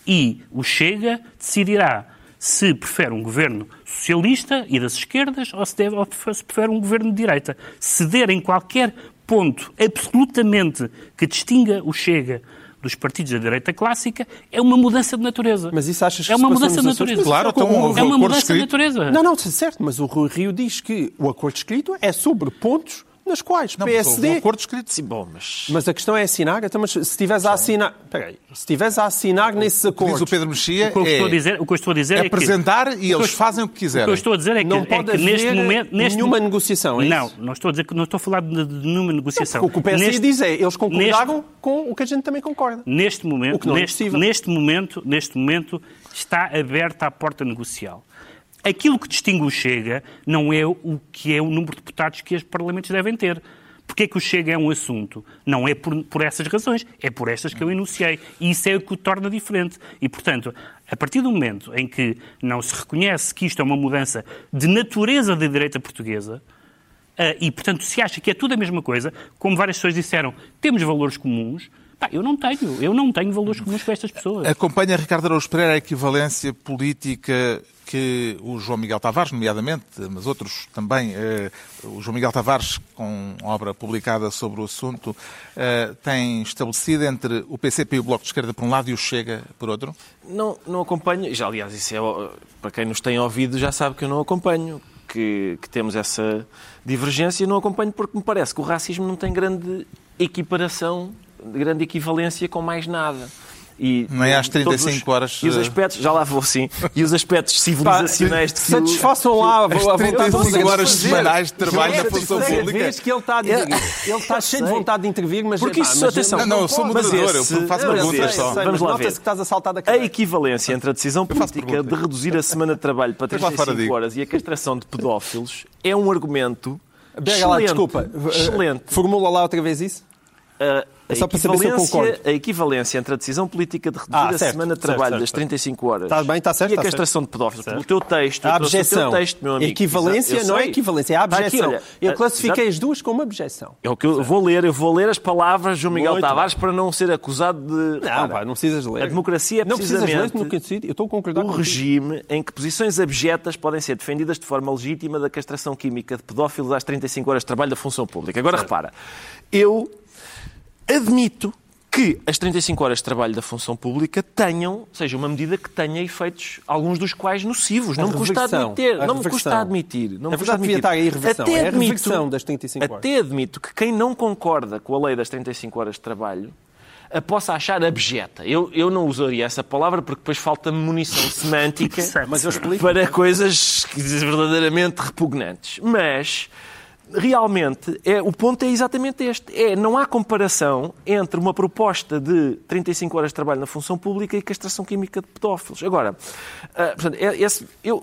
e o Chega decidirá se prefere um governo socialista e das esquerdas ou se, deve, ou se prefere um governo de direita. Ceder em qualquer ponto absolutamente que distinga o Chega dos partidos da direita clássica é uma mudança de natureza. Mas isso achas que é uma se mudança de nos natureza. Açores? Claro, então, é uma mudança escrito. de natureza. Não, não, certo, mas o Rui Rio diz que o acordo escrito é sobre pontos nas quais o Não, P S D... um acordo escrito. Sim, bom, mas... Mas a questão é assinar. Então, mas se estiveres a assinar... Peraí. Se estiveres a assinar nesses acordos... Diz o Pedro Mexia O que eu estou a é, dizer, o que eu estou a dizer é é que... apresentar e eles fazem o que O quiserem. que eu estou a dizer é que, Não é pode que neste haver momento... Neste nenhuma negociação, é Não, isso? não estou a dizer que não estou a falar de, de nenhuma negociação. O que o P S D Neste- diz é, eles concordaram neste- com o que a gente também concorda. Neste O momento, que não é neste, possível. neste momento, neste momento, está aberta a porta negocial. Aquilo que distingue o Chega não é o que é o número de deputados que os parlamentos devem ter. Porquê é que o Chega é um assunto? Não é por, por essas razões, é por estas que eu enunciei. E isso é o que o torna diferente. E, portanto, a partir do momento em que não se reconhece que isto é uma mudança de natureza da direita portuguesa, Uh, e, portanto, se acha que é tudo a mesma coisa, como várias pessoas disseram, temos valores comuns, pá, eu não tenho. Eu não tenho valores comuns com estas pessoas. Acompanha, Ricardo Araújo Pereira, a equivalência política que o João Miguel Tavares, nomeadamente, mas outros também, eh, o João Miguel Tavares, com obra publicada sobre o assunto, eh, tem estabelecido entre o P C P e o Bloco de Esquerda por um lado e o Chega por outro? Não, não acompanho. Já, aliás, isso é, para quem nos tem ouvido já sabe que eu não acompanho. Que, que temos essa divergência, não acompanho porque me parece que o racismo não tem grande equiparação, grande equivalência com mais nada. E Nem às trinta e cinco os, horas... E os aspectos, já lá vou sim, e os aspectos civilizacionais de que o- Satisfaçam lá a As vontade trinta e cinco de horas fazer. semanais de trabalho na É a função terceira pública. vez que ele está a dizer. Ele está cheio de sei. vontade de intervir, mas... Porque isso, pá, mas atenção, Não, não, eu sou Mas moderador, esse- eu faço não, perguntas sei, só. sei. Vamos lá ver. Nota-se que estás a saltar da A cadeira. equivalência entre a decisão faço política perguntas. de reduzir a semana de trabalho para Depois lá trinta e fora cinco digo. horas e a castração de pedófilos é um argumento Pega lá, excelente. desculpa. Excelente. Formula lá outra vez isso. A, a, Só para saber se eu equivalência, concordo. a equivalência entre a decisão política de reduzir Ah, a certo, semana de certo, trabalho certo, das certo. trinta e cinco horas Está bem, está certo, e a está castração de pedófilos. O teu texto, A eu trouxe o abjeção. teu texto, meu amigo. Equivalência Exato, eu não é sei. equivalência, é a Está aqui, abjeção. olha, Eu a- classifiquei exato. as duas como objeção. É o que eu vou ler, eu vou ler as palavras de João Miguel Muito Tavares para não ser acusado de... Não, Repara, pá, não precisas ler. A democracia é Não precisas ler, precisamente nunca decidi. Eu estou a concordar o contigo. regime em que posições abjetas podem ser defendidas de forma legítima da castração química de pedófilos às trinta e cinco horas de trabalho da função pública. Agora, repara, eu admito que as trinta e cinco horas de trabalho da função pública tenham, seja uma medida que tenha efeitos, alguns dos quais nocivos. A Não me custa reversão, admitir. a Não me custa reversão. admitir. Não Na me custa verdade, devia admitir. estar aí a reversão. Até É a admito- reversão das trinta e cinco horas. Até admito que quem não concorda com a lei das trinta e cinco horas de trabalho a possa achar abjeta. Eu, eu não usaria essa palavra porque depois falta-me munição semântica Mas eu explico. para coisas verdadeiramente repugnantes. Mas, realmente, é, o ponto é exatamente este. É, não há comparação entre uma proposta de trinta e cinco horas de trabalho na função pública e castração química de pedófilos. Agora, ah, portanto, é, esse, eu,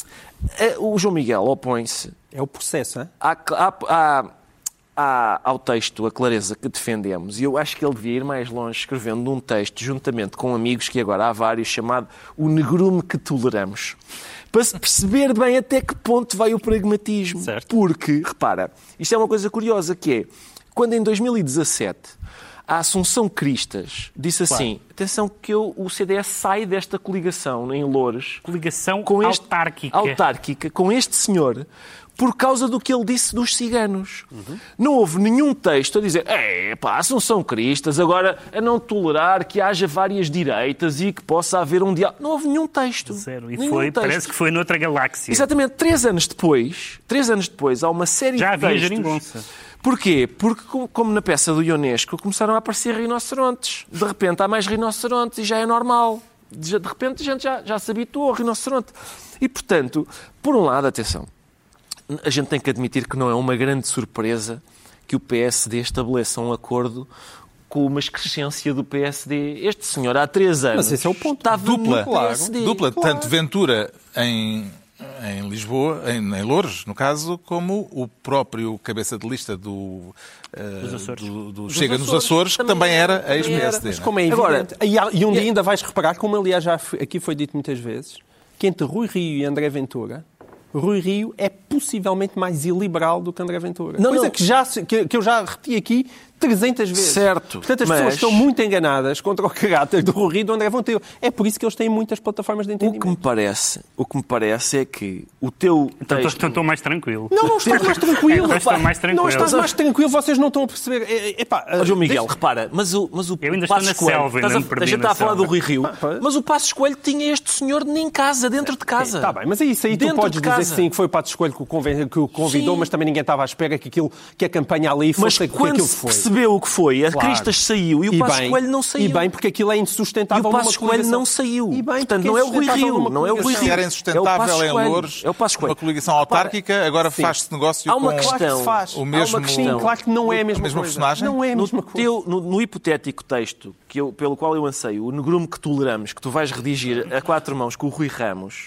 é, o João Miguel opõe-se É o processo, hein? há, há, há, há, ao texto, a clareza que defendemos, e eu acho que ele devia ir mais longe escrevendo um texto, juntamente com amigos, que agora há vários, chamado O Negrume que Toleramos, para se perceber bem até que ponto vai o pragmatismo. Certo. Porque, repara, isto é uma coisa curiosa, que é, quando em dois mil e dezassete a Assunção Cristas disse assim, atenção que eu, o C D S sai desta coligação em Loures, Coligação com este, autárquica. autárquica, com este senhor, por causa do que ele disse dos ciganos. Uhum. Não houve nenhum texto a dizer é pá, Assunção Cristas, agora a não tolerar que haja várias direitas e que possa haver um diálogo. Não houve nenhum texto. Zero. E nenhum foi, texto. parece que foi noutra galáxia. Exatamente. Três anos depois, três anos depois, há uma série Já de havia textos. geringonça. Porquê? Porque, como na peça do Ionesco, começaram a aparecer rinocerontes. De repente há mais rinocerontes e já é normal. De repente a gente já, já se habituou ao rinoceronte. E, portanto, por um lado, atenção, a gente tem que admitir que não é uma grande surpresa que o P S D estabeleça um acordo com uma excrescência do P S D. Este senhor, há três anos, Mas esse é o ponto. estava Dupla, no P S D. dupla Claro. tanto Ventura em, em Lisboa, em, em Loures, no caso, como o próprio cabeça de lista do, eh, Açores. do, do Dos Chega nos Açores, Açores, que também também era era, ex-P S D. Mas não é? como é Agora- evidente. E há- e um dia ainda vais reparar, como aliás já foi- aqui foi dito muitas vezes, que entre Rui Rio e André Ventura, Rui Rio é possivelmente mais iliberal do que André Ventura. Não, Coisa não. Que, já, se- que, que eu já repeti aqui trezentas vezes. Certo. Portanto, as mas... pessoas estão muito enganadas contra o caráter do Rui Rio e do André Ventura. É por isso que eles têm muitas plataformas de entendimento. O que me parece, o que me parece é que o teu Então texto... estou, estou mais tranquilo. Não, não estás mais tranquilo. Eu estou mais tranquilo. Não estás mais tranquilo, vocês não estão a perceber. É, epá, Ó, João Miguel, deixa... repara, mas o, mas o Eu ainda estou Passos na Coelho... selva, ainda estás a, me perdi a gente na está a falar selva. do Rui Rio, Ah, pois. mas o Passos Coelho tinha este senhor nem em casa, dentro de casa. Está bem, mas é isso aí. Dentro Tu podes de dizer casa. que sim, que foi o Passos Coelho que o, conven... que o convidou, Sim. mas também ninguém estava à espera que, aquilo, que a campanha ali Mas fosse quando aquilo se que foi. percebeu o que foi, a Claro. Cristas saiu e o E Passos bem, Coelho não saiu. E bem, porque aquilo é E insustentável. o Passos numa Coelho coligação. não saiu. E bem, Portanto, porque não é o Rui insustentável Rio. numa Não é o Rui coligação. Se Rio. era É o insustentável Passos em Coelho. Loures, É o Passos Coelho. numa coligação autárquica, agora faz-se negócio Há uma com questão. Claro que se faz. o Há uma mesmo... questão. Sim, claro que não é a mesma, a mesma coisa. personagem? Não é a No, mesma coisa. teu, no, no hipotético texto que eu, pelo qual eu anseio, o negrume que toleramos, que tu vais redigir a quatro mãos com o Rui Ramos,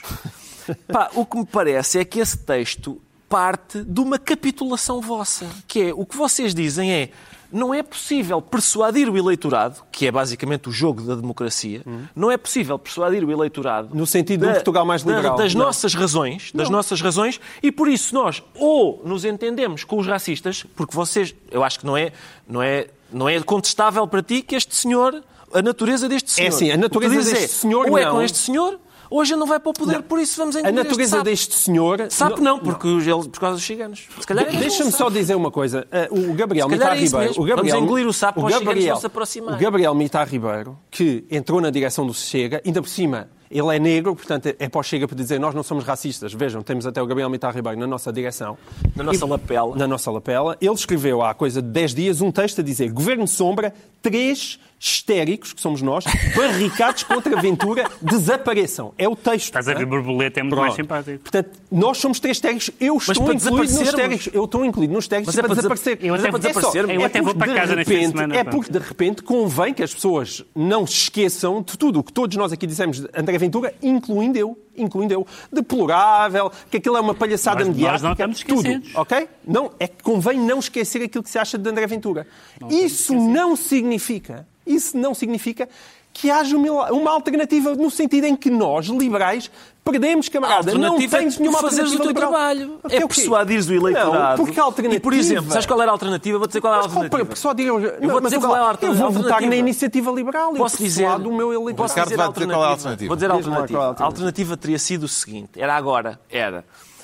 pá, o que me parece é que esse texto parte de uma capitulação vossa, que é, o que vocês dizem é, não é possível persuadir o eleitorado, que é basicamente o jogo da democracia, hum. não é possível persuadir o eleitorado... No sentido de um Portugal mais liberal. Da, das não. nossas razões, das não. nossas razões, e por isso nós ou nos entendemos com os racistas, porque vocês, eu acho que não é, não é, não é contestável para ti que este senhor, a natureza deste senhor... É assim, a natureza deste é, senhor ou é não. com este senhor... Hoje não vai para o poder, Não. por isso vamos A engolir natureza este sapo. deste senhor... Sapo não, porque não. Ele, por causa dos ciganos. Se calhar é Deixa-me só dizer uma coisa. Uh, o Gabriel Se calhar Mitar é isso Ribeiro... mesmo. O Gabriel, Vamos engolir o sapo para os ciganos Gabriel, não se aproximarem. O Gabriel Mitar Ribeiro, que entrou na direção do Chega, ainda por cima, ele é negro, portanto é para o Chega para dizer nós não somos racistas. Vejam, temos até o Gabriel Mitar Ribeiro na nossa direção. Na nossa e, lapela. Na nossa lapela. Ele escreveu há coisa de dez dias um texto a dizer Governo Sombra, três histéricos, que somos nós, barricados contra a Ventura, desapareçam. É o texto. Estás a ver, é? borboleta é muito Pronto. mais simpático. Portanto, nós somos três histéricos. Eu Mas estou para incluído nos desaparecermos? histéricos. Eu estou incluído nos histéricos Mas é para para desaparecer. Eu até Mas é para vou- desaparecer. eu é até vou porque, para de casa neste fim de repente, semana. é pá. porque, de repente, convém que as pessoas não se esqueçam de tudo o que todos nós aqui dissemos de André Ventura, incluindo eu, incluindo eu, deplorável, que aquilo é uma palhaçada Nós- nós mediática. não estamos tudo, esquecidos. ok? Não, é que convém não esquecer aquilo que se acha de André Ventura. Não estamos Isso esquecidos. não significa, isso não significa que haja uma, uma alternativa no sentido em que nós, liberais, perdemos, camarada. Não alternativa tens é nenhuma fazeres o alternativa teu liberal. trabalho. Porque É o quê? persuadires o eleitorado. Não, porque a alternativa... E, por exemplo, sabes qual era a alternativa? Vou dizer qual era a Mas qual- alternativa. porque só diga, Eu vou dizer qual é a eu alternativa. vou votar na iniciativa liberal. Posso eu dizer, persuado o meu eleitorado. posso Ricardo dizer vai dizer qual é a alternativa. Vou dizer a Diz-me lá alternativa. qual é a A alternativa. alternativa teria sido o seguinte. Era agora. Era.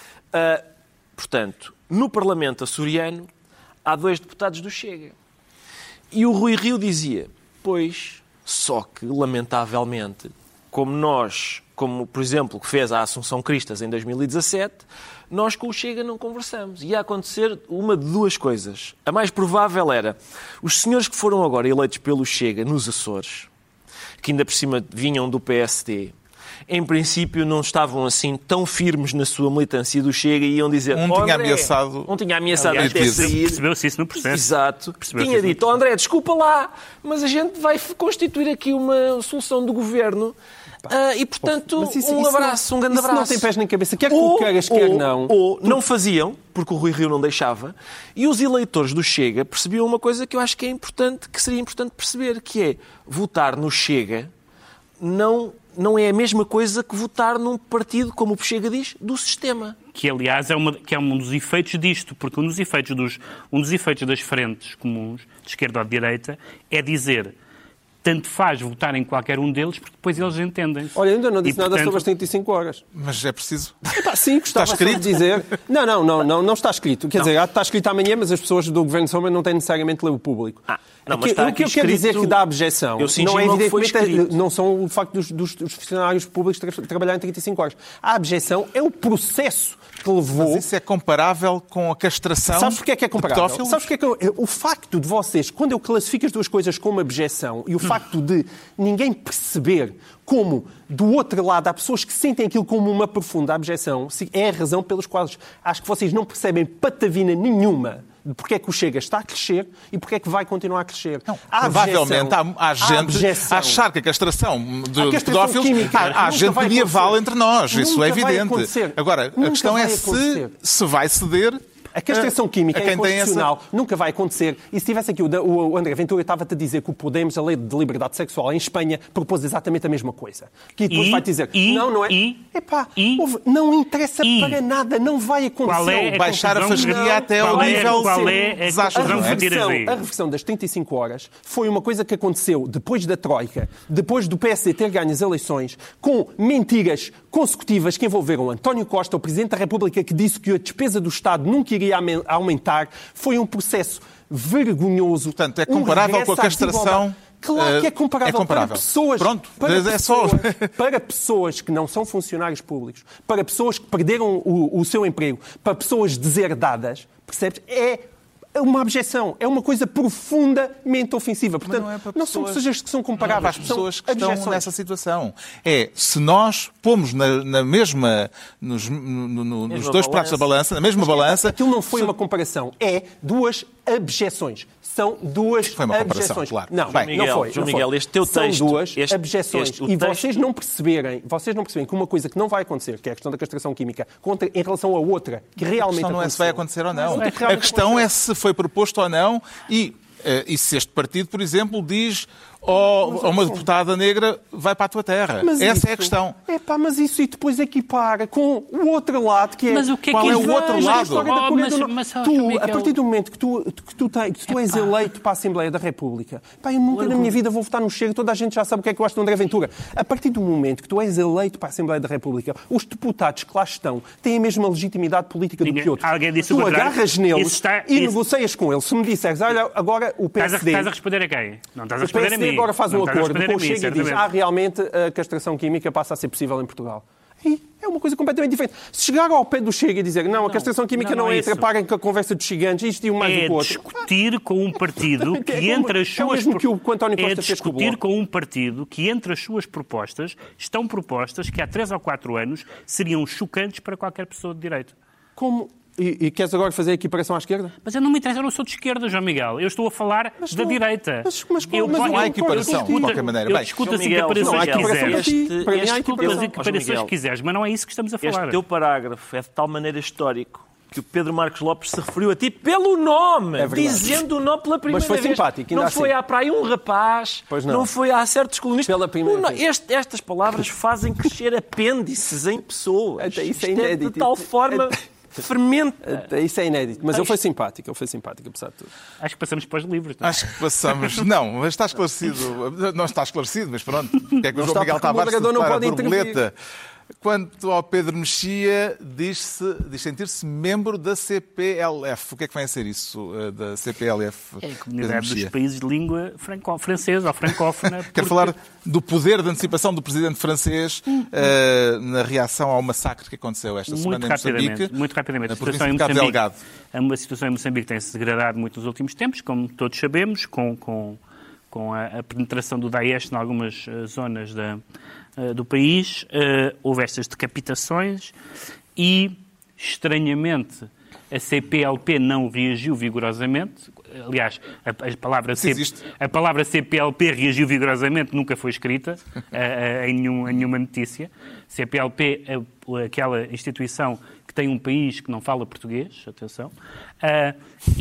ah, portanto, no Parlamento açoriano há dois deputados do Chega. E o Rui Rio dizia, pois, só que, lamentavelmente, como nós, como, por exemplo, que fez a Assunção Cristas em dois mil e dezassete, nós com o Chega não conversamos. Ia acontecer uma de duas coisas. A mais provável era os senhores que foram agora eleitos pelo Chega nos Açores, que ainda por cima vinham do P S D, em princípio não estavam assim tão firmes na sua militância do Chega e iam dizer... Um "Oh, tinha André", ameaçado- Um tinha ameaçado Aliás, até disse- sair. Percebeu-se isso no processo. Exato. Percebeu-se Tinha isso no dito, oh, André, desculpa lá, mas a gente vai constituir aqui uma solução do governo ah, e, portanto, Mas isso- um isso abraço, não- um grande isso abraço. não tem pés nem cabeça. Quer que o queiras, quer ou, não. Ou não faziam, porque o Rui Rio não deixava, e os eleitores do Chega percebiam uma coisa que eu acho que é importante, que seria importante perceber, que é votar no Chega não, não é a mesma coisa que votar num partido, como o Chega diz, do sistema. Que, aliás, é, uma, que é um dos efeitos disto, porque um dos efeitos, dos, um dos efeitos das frentes comuns, de esquerda ou de direita, é dizer tanto faz votar em qualquer um deles, porque depois eles entendem-se. Olha, ainda não disse E, nada portanto, sobre as trinta e cinco horas. Mas é preciso... Epá, sim, gostava Está só de escrito? dizer... Não, não, não, não, não está escrito. Quer dizer, está escrito amanhã, mas as pessoas do Governo Sombra não têm necessariamente de ler o público. Ah, não, Aqui- mas está o que eu aqui quero dizer escrito- que dá abjeção Eu sinto não é logo que foi evidentemente escrito. não são o facto dos, dos, dos funcionários públicos tra trabalharem trinta e cinco horas. A abjeção é o processo que levou... Mas isso é comparável com a castração Sabes porque é que é de comparável? pedófilos? Sabes porque é que eu- o facto de vocês, quando eu classifico as duas coisas como abjeção e o facto de ninguém perceber como, do outro lado, há pessoas que sentem aquilo como uma profunda abjeção, é a razão pelas quais acho que vocês não percebem patavina nenhuma de porque é que o Chega está a crescer e porque é que vai continuar a crescer. Não, Há provavelmente abjeção, há, há gente abjeção. a achar que a castração de A castração pedófilos... química há, há nunca gente vai medieval acontecer. entre nós, isso Nunca é vai evidente. acontecer. Agora, Nunca a questão vai é se, acontecer. se vai ceder A castração química a é quem tem inconstitucional, essa... nunca vai acontecer. E se tivesse aqui o, o André Ventura, estava-te a dizer que o Podemos, a lei de liberdade sexual em Espanha, propôs exatamente a mesma coisa. Que depois e, vai dizer, e, não, não é? E, Epá, e, ouve, não interessa e, para nada, não vai acontecer. Qual é a baixar a fasquia até ao qual é, nível qual de é a desastre. conclusão Não é? que tiras aí? A reversão das trinta e cinco horas foi uma coisa que aconteceu depois da Troika, depois do P S D ter ganho as eleições, com mentiras consecutivas que envolveram António Costa, o Presidente da República, que disse que a despesa do Estado nunca iria aumentar. Foi um processo vergonhoso. Portanto, é comparável um com a castração. Claro que é comparável, é comparável. para pessoas, Pronto, para, é pessoas só... para pessoas que não são funcionários públicos, para pessoas que perderam o, o seu emprego, para pessoas deserdadas, percebes? É uma abjeção, é uma coisa profundamente ofensiva. Portanto, não, é não pessoas... são pessoas que são comparáveis, não é para as pessoas são que estão abjeções. nessa situação. É, se nós pomos na, na mesma, nos, no, no, nos dois balança. pratos da balança, na mesma balança... Aquilo não foi uma comparação, é duas abjeções. São duas Foi uma comparação, abjeções. claro. Não, Bem, Miguel, não foi. João não Miguel, foi. este teu São texto, duas este- abjeções. este- o e texto- vocês não perceberem, vocês não perceberem que uma coisa que não vai acontecer, que é a questão da castração química, contra, em relação a outra, que A realmente questão não é se vai aconteceu. acontecer ou não. Mas o que A realmente questão aconteceu? é se foi proposto ou não e, eh, e se este partido, por exemplo, diz ou uma deputada negra vai para a tua terra. Mas Essa isso, é a questão. É pá, mas isso e depois equipara com o outro lado, que é... Mas o que é Qual que é isso o outro vai? lado? A história da Oh, Coreia mas- do Norte. mas, oh, Tu, João a Miguel- partir do momento que tu, que tu, tens, que tu és eleito para a Assembleia da República, pá, eu nunca na minha vida vou votar no Chega, toda a gente já sabe o que é que eu acho do André Ventura. A partir do momento que tu és eleito para a Assembleia da República, os deputados que lá estão têm a mesma legitimidade política do Ninguém- que outros. alguém disse tu o contrário. agarras neles Isso está- e isso- negocias com eles. Se me disseres, olha, agora o P Estás a, S D... estás a responder a quem? Não estás a O responder a P S D mim. agora faz Não um estás a acordo responder com a o mim, Chega e diz certamente. ah, realmente a castração química passa a ser possível em Portugal. Aí é uma coisa completamente diferente. Se chegar ao pé do Chega e dizer não, a castração química não, não, não é entra, isso. parem com a conversa dos gigantes, isto e um mais É do que o outro. discutir com um partido É que como- entre as é o suas mesmo que o- que o António é Costa fez com o discutir Bloco. com um partido que entre as suas propostas estão propostas que há três ou quatro anos seriam chocantes para qualquer pessoa de direito. Como... E, e queres agora fazer a equiparação à esquerda? Mas eu não me interessa, eu não sou de esquerda, João Miguel. Eu estou a falar Mas da não- direita. mas- mas- eu, mas não há equiparação, de qualquer maneira. Eu Bem, discuto João as Miguel, equiparações João que Miguel, quiseres. este- Para mim há este- Discuto as João equiparações Miguel, que quiseres, mas não é isso que estamos a falar. Este teu parágrafo é de tal maneira histórico que o Pedro Marcos Lopes se referiu a ti pelo nome, É verdade. dizendo o nome pela primeira Mas foi vez. simpático, ainda Não assim. foi à praia um rapaz, Pois não. foi a certos colunistas. Pela primeira O no- vez. este- estas palavras fazem crescer apêndices em pessoas. Até isso é Isto inédito. de tal forma fermenta. Isso é inédito. Mas ele foi simpático, ele foi simpático, apesar de tudo. Acho que passamos para os livros. Não é? Acho que passamos. Não, mas está esclarecido. Não está esclarecido, mas pronto. O que é que o Não João está Miguel porque o Tavares moderador não declara pode intervir. borboleta? Quanto ao Pedro Mexia, diz-se, diz sentir-se membro da C P L F. O que é que vem a ser isso eh, da C P L F? É a Pedro comunidade dos Mexia? países de língua franco- francesa ou francófona. Quero porque- falar do poder de antecipação do presidente francês eh, na reação ao massacre que aconteceu esta semana Muito em Moçambique. rapidamente, muito rapidamente. Na A situação, província em de Cabo Moçambique, Delgado. a situação em Moçambique tem-se degradado muito nos últimos tempos, como todos sabemos, com, com, com a, a penetração do Daesh em algumas uh, zonas da, uh, do país. Uh, houve estas decapitações e, estranhamente, a C P L P não reagiu vigorosamente. Aliás, a, a, palavra, Isso C, existe. a palavra C P L P reagiu vigorosamente, nunca foi escrita uh, uh, em, nenhum, em nenhuma notícia. C P L P é aquela instituição que tem um país que não fala português, atenção, uh,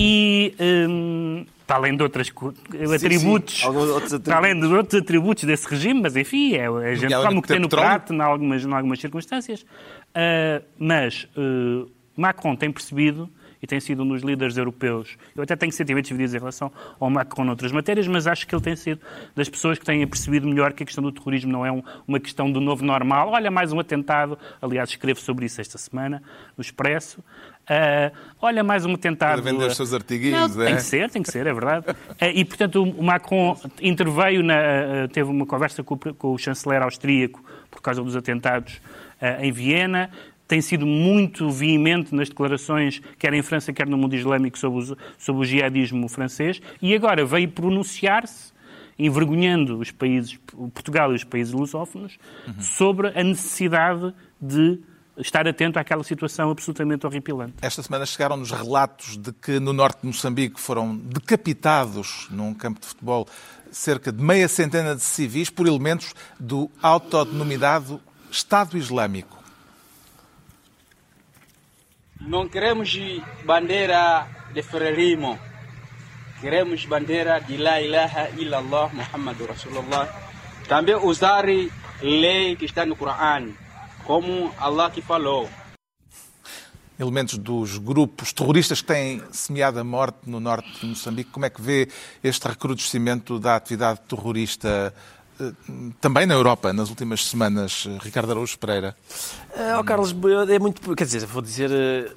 e um, para além de outros atributos, sim. Alguns outros para além de outros atributos desse regime, mas enfim, é, a gente Nomeadamente come o que tem no petróleo. prato, em algumas, em algumas circunstâncias. Uh, mas uh, Macron tem percebido, e tem sido um dos líderes europeus, eu até tenho sentimentos divididos em relação ao Macron noutras matérias, mas acho que ele tem sido das pessoas que têm percebido melhor que a questão do terrorismo não é um, uma questão do novo normal. Olha, mais um atentado, aliás, escrevo sobre isso esta semana, no Expresso. Uh, olha, mais um atentado... Para vender os seus artiguinhos, Não, é? tem que ser, tem que ser, é verdade. Uh, e, portanto, o Macron interveio, na, uh, teve uma conversa com o, com o chanceler austríaco por causa dos atentados uh, em Viena. Tem sido muito veemente nas declarações, quer em França, quer no mundo islâmico, sobre o, sobre o jihadismo francês. E agora veio pronunciar-se, envergonhando os países, Portugal e os países lusófonos, uhum. sobre a necessidade de estar atento àquela situação absolutamente horripilante. Esta semana chegaram-nos relatos de que no norte de Moçambique foram decapitados num campo de futebol cerca de meia centena de civis por elementos do autodenominado Estado Islâmico. Não queremos bandeira de federalismo. Queremos bandeira de La ilaha illallah Muhammadu Rasulullah. Também usar lei que está no Corão, como Allah que falou. Elementos dos grupos terroristas que têm semeado a morte no norte de Moçambique. Como é que vê este recrudescimento da atividade terrorista também na Europa nas últimas semanas, Ricardo Araújo Pereira? Oh, Carlos, é muito... Quer dizer, vou dizer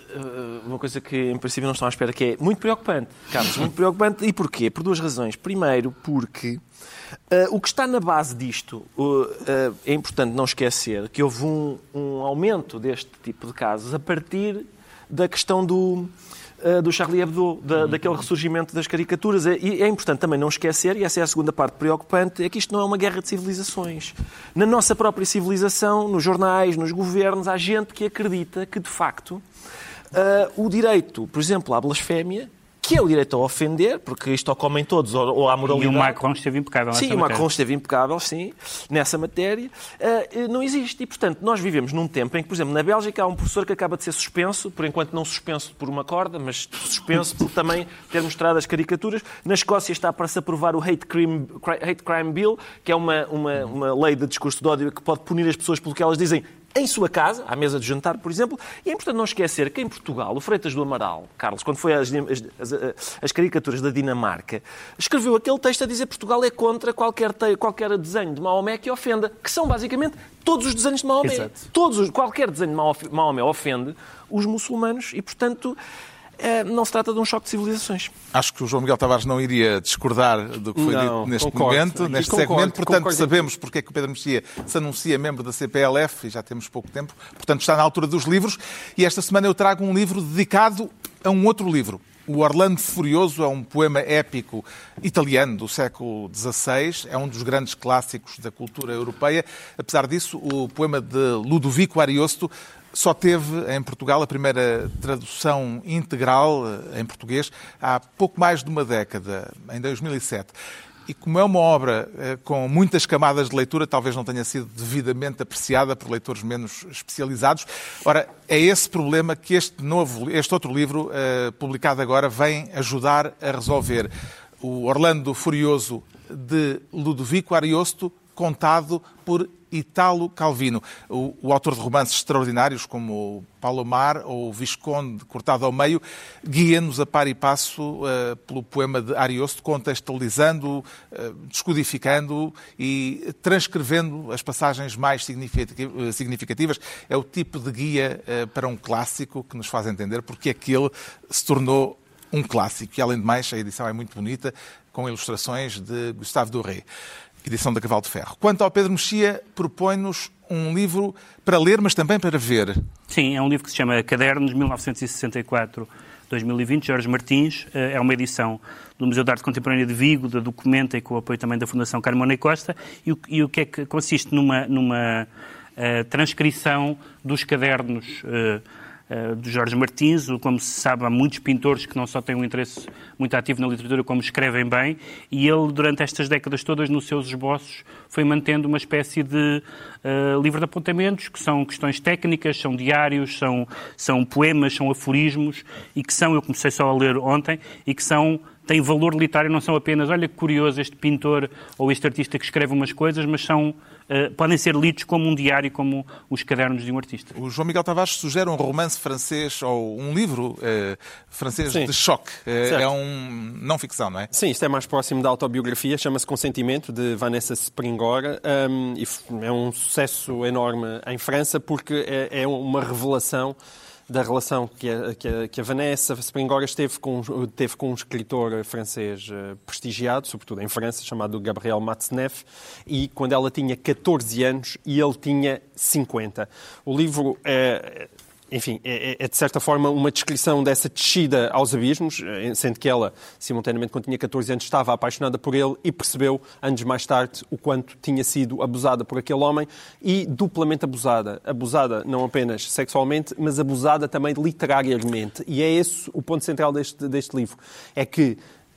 uh, uma coisa que em princípio não estão à espera, que é muito preocupante, Carlos, muito preocupante. E porquê? Por duas razões. Primeiro, porque uh, o que está na base disto, uh, uh, é importante não esquecer que houve um, um aumento deste tipo de casos a partir da questão do... do Charlie Hebdo, da, daquele ressurgimento das caricaturas. E é importante também não esquecer, e essa é a segunda parte preocupante, é que isto não é uma guerra de civilizações. Na nossa própria civilização, nos jornais, nos governos, há gente que acredita que, de facto, uh, o direito, por exemplo, à blasfémia, que é o direito a ofender, porque isto ou comem todos, ou, ou à moralidade. E o Macron esteve impecável nessa sim, matéria. Sim, o Macron esteve impecável, sim, nessa matéria. Uh, não existe. E, portanto, nós vivemos num tempo em que, por exemplo, na Bélgica há um professor que acaba de ser suspenso, por enquanto não suspenso por uma corda, mas suspenso por também ter mostrado as caricaturas. Na Escócia está para se aprovar o Hate Crime, Hate Crime Bill, que é uma, uma, uma lei de discurso de ódio que pode punir as pessoas pelo que elas dizem em sua casa, à mesa de jantar, por exemplo. E é importante não esquecer que em Portugal, o Freitas do Amaral, Carlos, quando foi às, as, as caricaturas da Dinamarca, escreveu aquele texto a dizer que Portugal é contra qualquer, te, qualquer desenho de Maomé que ofenda, que são basicamente todos os desenhos de Maomé. Exato. Todos os, qualquer desenho de Maomé ofende os muçulmanos e, portanto, não se trata de um choque de civilizações. Acho que o João Miguel Tavares não iria discordar do que foi não, dito neste concordo, momento, neste concordo, segmento. Portanto, concordo. sabemos porque é que o Pedro Mexia se anuncia membro da C P L F, e já temos pouco tempo. Portanto, está na altura dos livros. E esta semana eu trago um livro dedicado a um outro livro. O Orlando Furioso é um poema épico italiano do século dezasseis. É um dos grandes clássicos da cultura europeia. Apesar disso, o poema de Ludovico Ariosto só teve em Portugal a primeira tradução integral em português há pouco mais de uma década, em dois mil e sete. E como é uma obra com muitas camadas de leitura, talvez não tenha sido devidamente apreciada por leitores menos especializados. Ora, é esse problema que este, novo, este outro livro, publicado agora, vem ajudar a resolver. O Orlando Furioso, de Ludovico Ariosto, contado por Italo Calvino, o, o autor de romances extraordinários como o Palomar ou o Visconde cortado ao meio, guia-nos a par e passo uh, pelo poema de Ariosto, contextualizando-o, uh, descodificando-o e transcrevendo as passagens mais significativas. É o tipo de guia uh, para um clássico que nos faz entender porque é que ele se tornou um clássico. E, além de mais, a edição é muito bonita, com ilustrações de Gustave Doré. Edição da Cavalo de Ferro. Quanto ao Pedro Mexia, propõe-nos um livro para ler, mas também para ver. Sim, é um livro que se chama Cadernos, mil novecentos e sessenta e quatro a dois mil e vinte, Jorge Martins. É uma edição do Museu de Arte Contemporânea de Vigo, da Documenta, e com o apoio também da Fundação Carmona e Costa. E o, e o que é que consiste numa, numa uh, transcrição dos cadernos uh, de Jorge Martins. Como se sabe, há muitos pintores que não só têm um interesse muito ativo na literatura, como escrevem bem, e ele, durante estas décadas todas, nos seus esboços, foi mantendo uma espécie de uh, livro de apontamentos, que são questões técnicas, são diários, são, são poemas, são aforismos, e que são, eu comecei só a ler ontem, e que são, têm valor literário, não são apenas, olha que curioso este pintor ou este artista que escreve umas coisas, mas são Uh, podem ser lidos como um diário, como os cadernos de um artista. O João Miguel Tavares sugere um romance francês ou um livro uh, francês Sim. de choque. Uh, é um não ficção, não é? Sim, isto é mais próximo da autobiografia, chama-se Consentimento, de Vanessa Springora, um, e é um sucesso enorme em França porque é, é uma revelação da relação que a, que a, que a Vanessa Springora teve com, teve com um escritor francês uh, prestigiado, sobretudo em França, chamado Gabriel Matzneff, e quando ela tinha catorze anos e ele tinha cinquenta. O livro é... Enfim, é, é de certa forma uma descrição dessa descida aos abismos, sendo que ela, simultaneamente, quando tinha catorze anos, estava apaixonada por ele e percebeu, anos mais tarde, o quanto tinha sido abusada por aquele homem e duplamente abusada. Abusada não apenas sexualmente, mas abusada também literariamente. E é esse o ponto central deste, deste livro. É que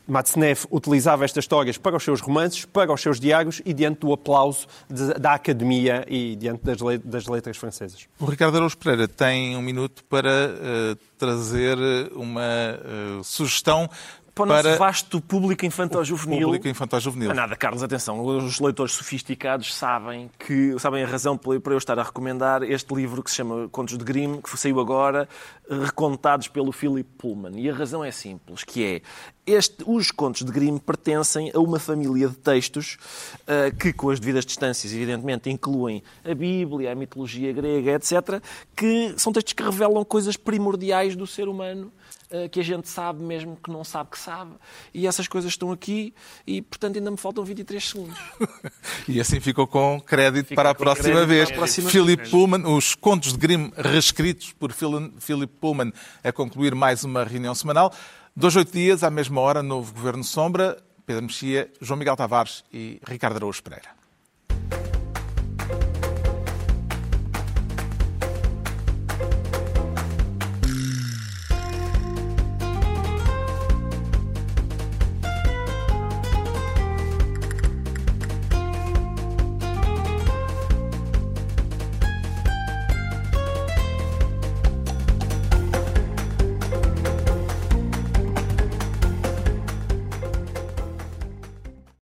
Matzneff utilizava estas histórias para os seus romances, para os seus diários e diante do aplauso de, da academia e diante das, le, das letras francesas. O Ricardo Araújo Pereira tem um minuto para uh, trazer uma uh, sugestão para o nosso vasto público infantil-juvenil. Público infantil-juvenil. Não é nada, Carlos, atenção. Os leitores sofisticados sabem que sabem a razão para eu estar a recomendar este livro que se chama Contos de Grimm, que saiu agora, recontados pelo Philip Pullman. E a razão é simples, que é este, os Contos de Grimm pertencem a uma família de textos uh, que, com as devidas distâncias, evidentemente, incluem a Bíblia, a mitologia grega, etcétera, que são textos que revelam coisas primordiais do ser humano, que a gente sabe mesmo que não sabe que sabe. E essas coisas estão aqui e, portanto, ainda me faltam vinte e três segundos. E assim ficou com crédito Fica para a com próxima vez. Para a próxima Philip vez. Pullman, os Contos de Grimm reescritos por Philip Pullman, a concluir mais uma reunião semanal. Dois, oito dias, à mesma hora, novo Governo Sombra. Pedro Mexia, João Miguel Tavares e Ricardo Araújo Pereira.